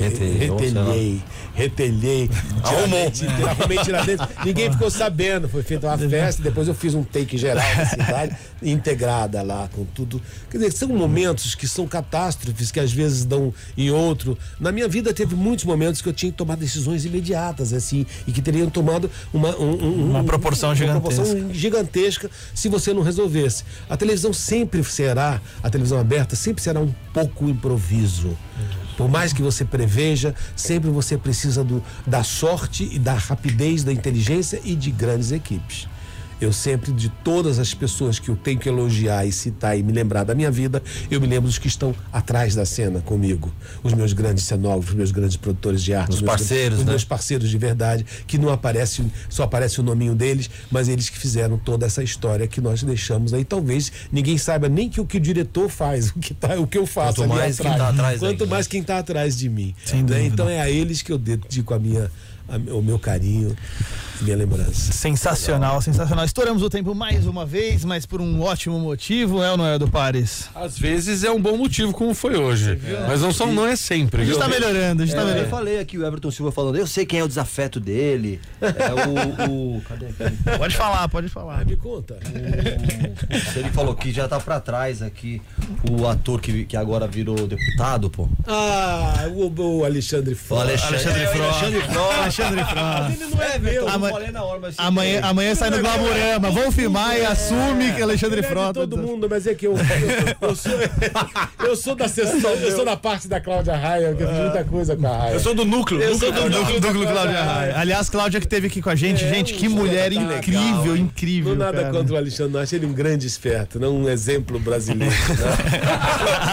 Retelhei. Arrumei Tiradentes. Ninguém ficou sabendo, foi feita uma festa, depois eu fiz um take geral da cidade, integrada lá, com tudo. Quer dizer, são momentos que são catástrofes, que às vezes dão em outro. Na minha vida teve muitos momentos que eu tinha que tomar decisões imediatas, assim, e que teriam tomado uma proporção gigantesca se você não resolvesse. A televisão aberta sempre será um pouco improviso. Por mais que você preveja, sempre você precisa da sorte e da rapidez, da inteligência e de grandes equipes. Eu sempre, de todas as pessoas que eu tenho que elogiar e citar e me lembrar da minha vida, eu me lembro dos que estão atrás da cena comigo. Os meus grandes cenógrafos, os meus grandes produtores de arte. Os meus parceiros de verdade, que não aparecem, só aparece o nominho deles, mas eles que fizeram toda essa história que nós deixamos aí. Talvez ninguém saiba nem que o que o diretor faz, o que eu faço ali atrás. Quanto mais quem está atrás de mim. Então é a eles que eu dedico o meu carinho, minha lembrança. Sensacional. Estouramos o tempo mais uma vez, mas por um ótimo motivo, ou não é, do Pares? Às vezes é um bom motivo, como foi hoje. Mas não é sempre. A gente tá melhorando, Eu falei aqui, o Everton Silva falando, eu sei quem é o desafeto dele. Cadê aqui? Pode falar. Me conta. Ele falou que já tá pra trás aqui, o ator que agora virou deputado, pô. O Alexandre Frota. Alexandre Frota. Ele não é meu. Falei na hora, mas amanhã sai no Glamorama. Vão filmar e assume que Alexandre Frota. Todo mundo, mas é que eu sou da sessão, eu sou da parte da Cláudia Raia, que eu fiz muita coisa com a Raia. Eu sou do núcleo. Núcleo Cláudia Raia. Aliás, Cláudia que esteve aqui com a gente. Gente, que mulher incrível. Não nada contra o Alexandre, não. Achei ele um grande esperto, não um exemplo brasileiro.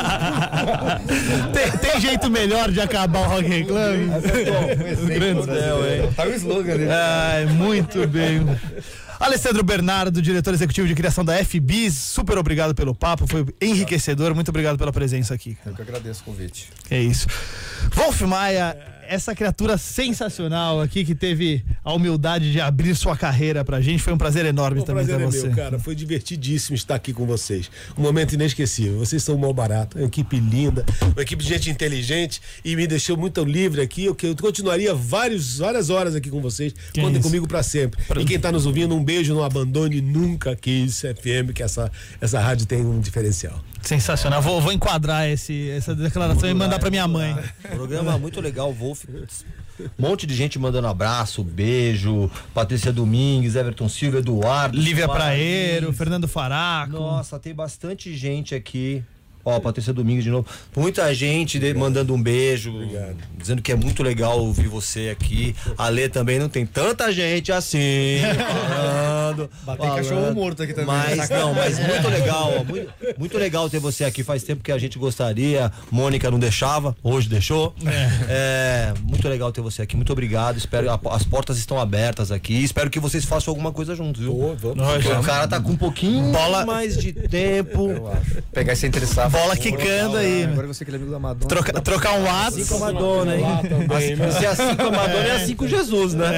Tem jeito melhor de acabar o Rock Reclame? céu, hein? Tá o slogan dele. Ai, muito bem. Alessandro Bernardo, diretor executivo de criação da FBIS, super obrigado pelo papo, foi enriquecedor, muito obrigado pela presença aqui. Eu que agradeço o convite. É isso. Wolf Maia, essa criatura sensacional aqui que teve a humildade de abrir sua carreira pra gente, foi um prazer enorme também ter você. Meu, cara, foi divertidíssimo estar aqui com vocês. Um momento inesquecível. Vocês são um mal barato, uma equipe linda, uma equipe de gente inteligente e me deixou muito livre aqui. Eu continuaria várias horas aqui com vocês. Contem comigo pra sempre. E quem tá nos ouvindo, um beijo, não abandone nunca Kiss FM, que essa rádio tem um diferencial. Sensacional. Vou enquadrar essa declaração e mandar pra minha mãe. Programa muito legal, Wolf. Um monte de gente mandando abraço, beijo. Patrícia Domingues, Everton Silva, Eduardo. Lívia Praeiro, Fernando Faraco. Nossa, tem bastante gente aqui. Ó, Patrícia Domingues de novo. Muita gente mandando um beijo. Obrigado. Dizendo que é muito legal ouvir você aqui. A Lê também não tem tanta gente assim. Tem cachorro morto aqui também. Mas muito legal, ó, muito legal ter você aqui. Faz tempo que a gente gostaria. Mônica não deixava, hoje deixou. Muito legal ter você aqui. Muito obrigado. Espero as portas estão abertas aqui. Espero que vocês façam alguma coisa juntos, viu? Vamos. O cara tá com um pouquinho mais de tempo. Eu acho. Pegar e se interessar. Bola quicando aí. Agora você que é amigo da Madonna. Trocar um Assim WhatsApp. com a Madonna, hein? Se é assim com a Madonna, é assim com Jesus, né?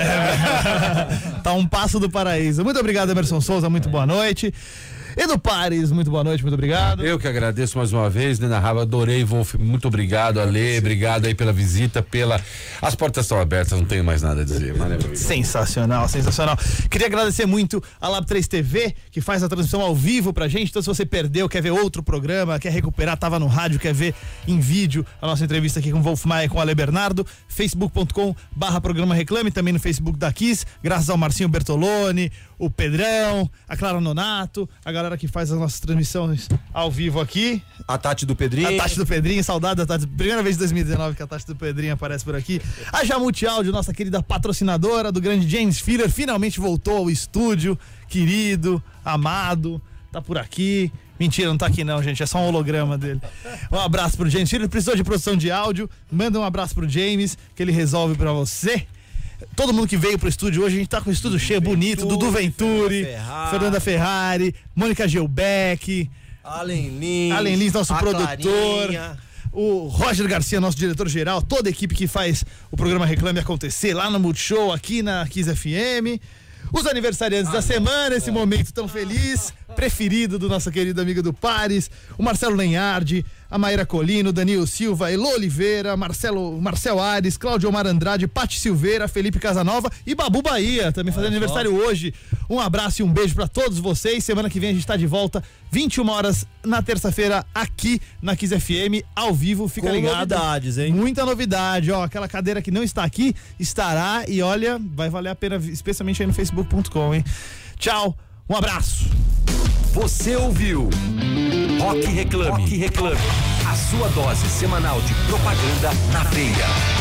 Tá um passo do paraíso. Muito obrigado, Emerson Souza. Muito boa noite. Edu Pares, muito boa noite, muito obrigado. Eu que agradeço mais uma vez, Nena Raba, adorei, Wolf, muito obrigado, Ale, obrigado aí pela visita, as portas estão abertas, não tenho mais nada a dizer, maravilha. Sensacional. Queria agradecer muito a Lab 3 TV, que faz a transmissão ao vivo pra gente, então se você perdeu, quer ver outro programa, quer recuperar, tava no rádio, quer ver em vídeo a nossa entrevista aqui com o Wolf Maia e com o Ale Bernardo, facebook.com/programa Reclame, também no Facebook da Kiss, graças ao Marcinho Bertoloni, o Pedrão, a Clara Nonato, a galera que faz as nossas transmissões ao vivo aqui. A Tati do Pedrinho. A Tati do Pedrinho, saudade da Tati. Primeira vez em 2019 que a Tati do Pedrinho aparece por aqui. A Jamute Áudio, nossa querida patrocinadora do grande James Filler, finalmente voltou ao estúdio, querido, amado, tá por aqui. Mentira, não tá aqui não, gente, é só um holograma dele. Um abraço pro James Filler, precisou de produção de áudio, manda um abraço pro James, que ele resolve pra você. Todo mundo que veio pro estúdio hoje, a gente tá com o estúdio cheio, bonito, Dudu Venturi, Fernanda Ferrari, Mônica Gelbeck, Allen Lins, nosso produtor, Clarinha. O Roger Garcia, nosso diretor-geral, toda a equipe que faz o programa Reclame acontecer lá no Multishow, aqui na Kiss FM. Os aniversariantes da semana, esse momento tão feliz, preferido do nosso querido amigo do Pares, o Marcelo Lenhardi, a Maíra Colino, Danilo Silva, Elô Oliveira, Marcel Ares, Cláudio Omar Andrade, Pati Silveira, Felipe Casanova e Babu Bahia, também fazendo aniversário hoje. Um abraço e um beijo pra todos vocês. Semana que vem a gente tá de volta, 21 horas na terça-feira, aqui na Kiss FM, ao vivo. Fica ligado. Novidades, hein? Muita novidade, ó. Aquela cadeira que não está aqui, estará e olha, vai valer a pena, especialmente aí no facebook.com, hein? Tchau, um abraço. Você ouviu Rock Reclame. A sua dose semanal de propaganda na veia.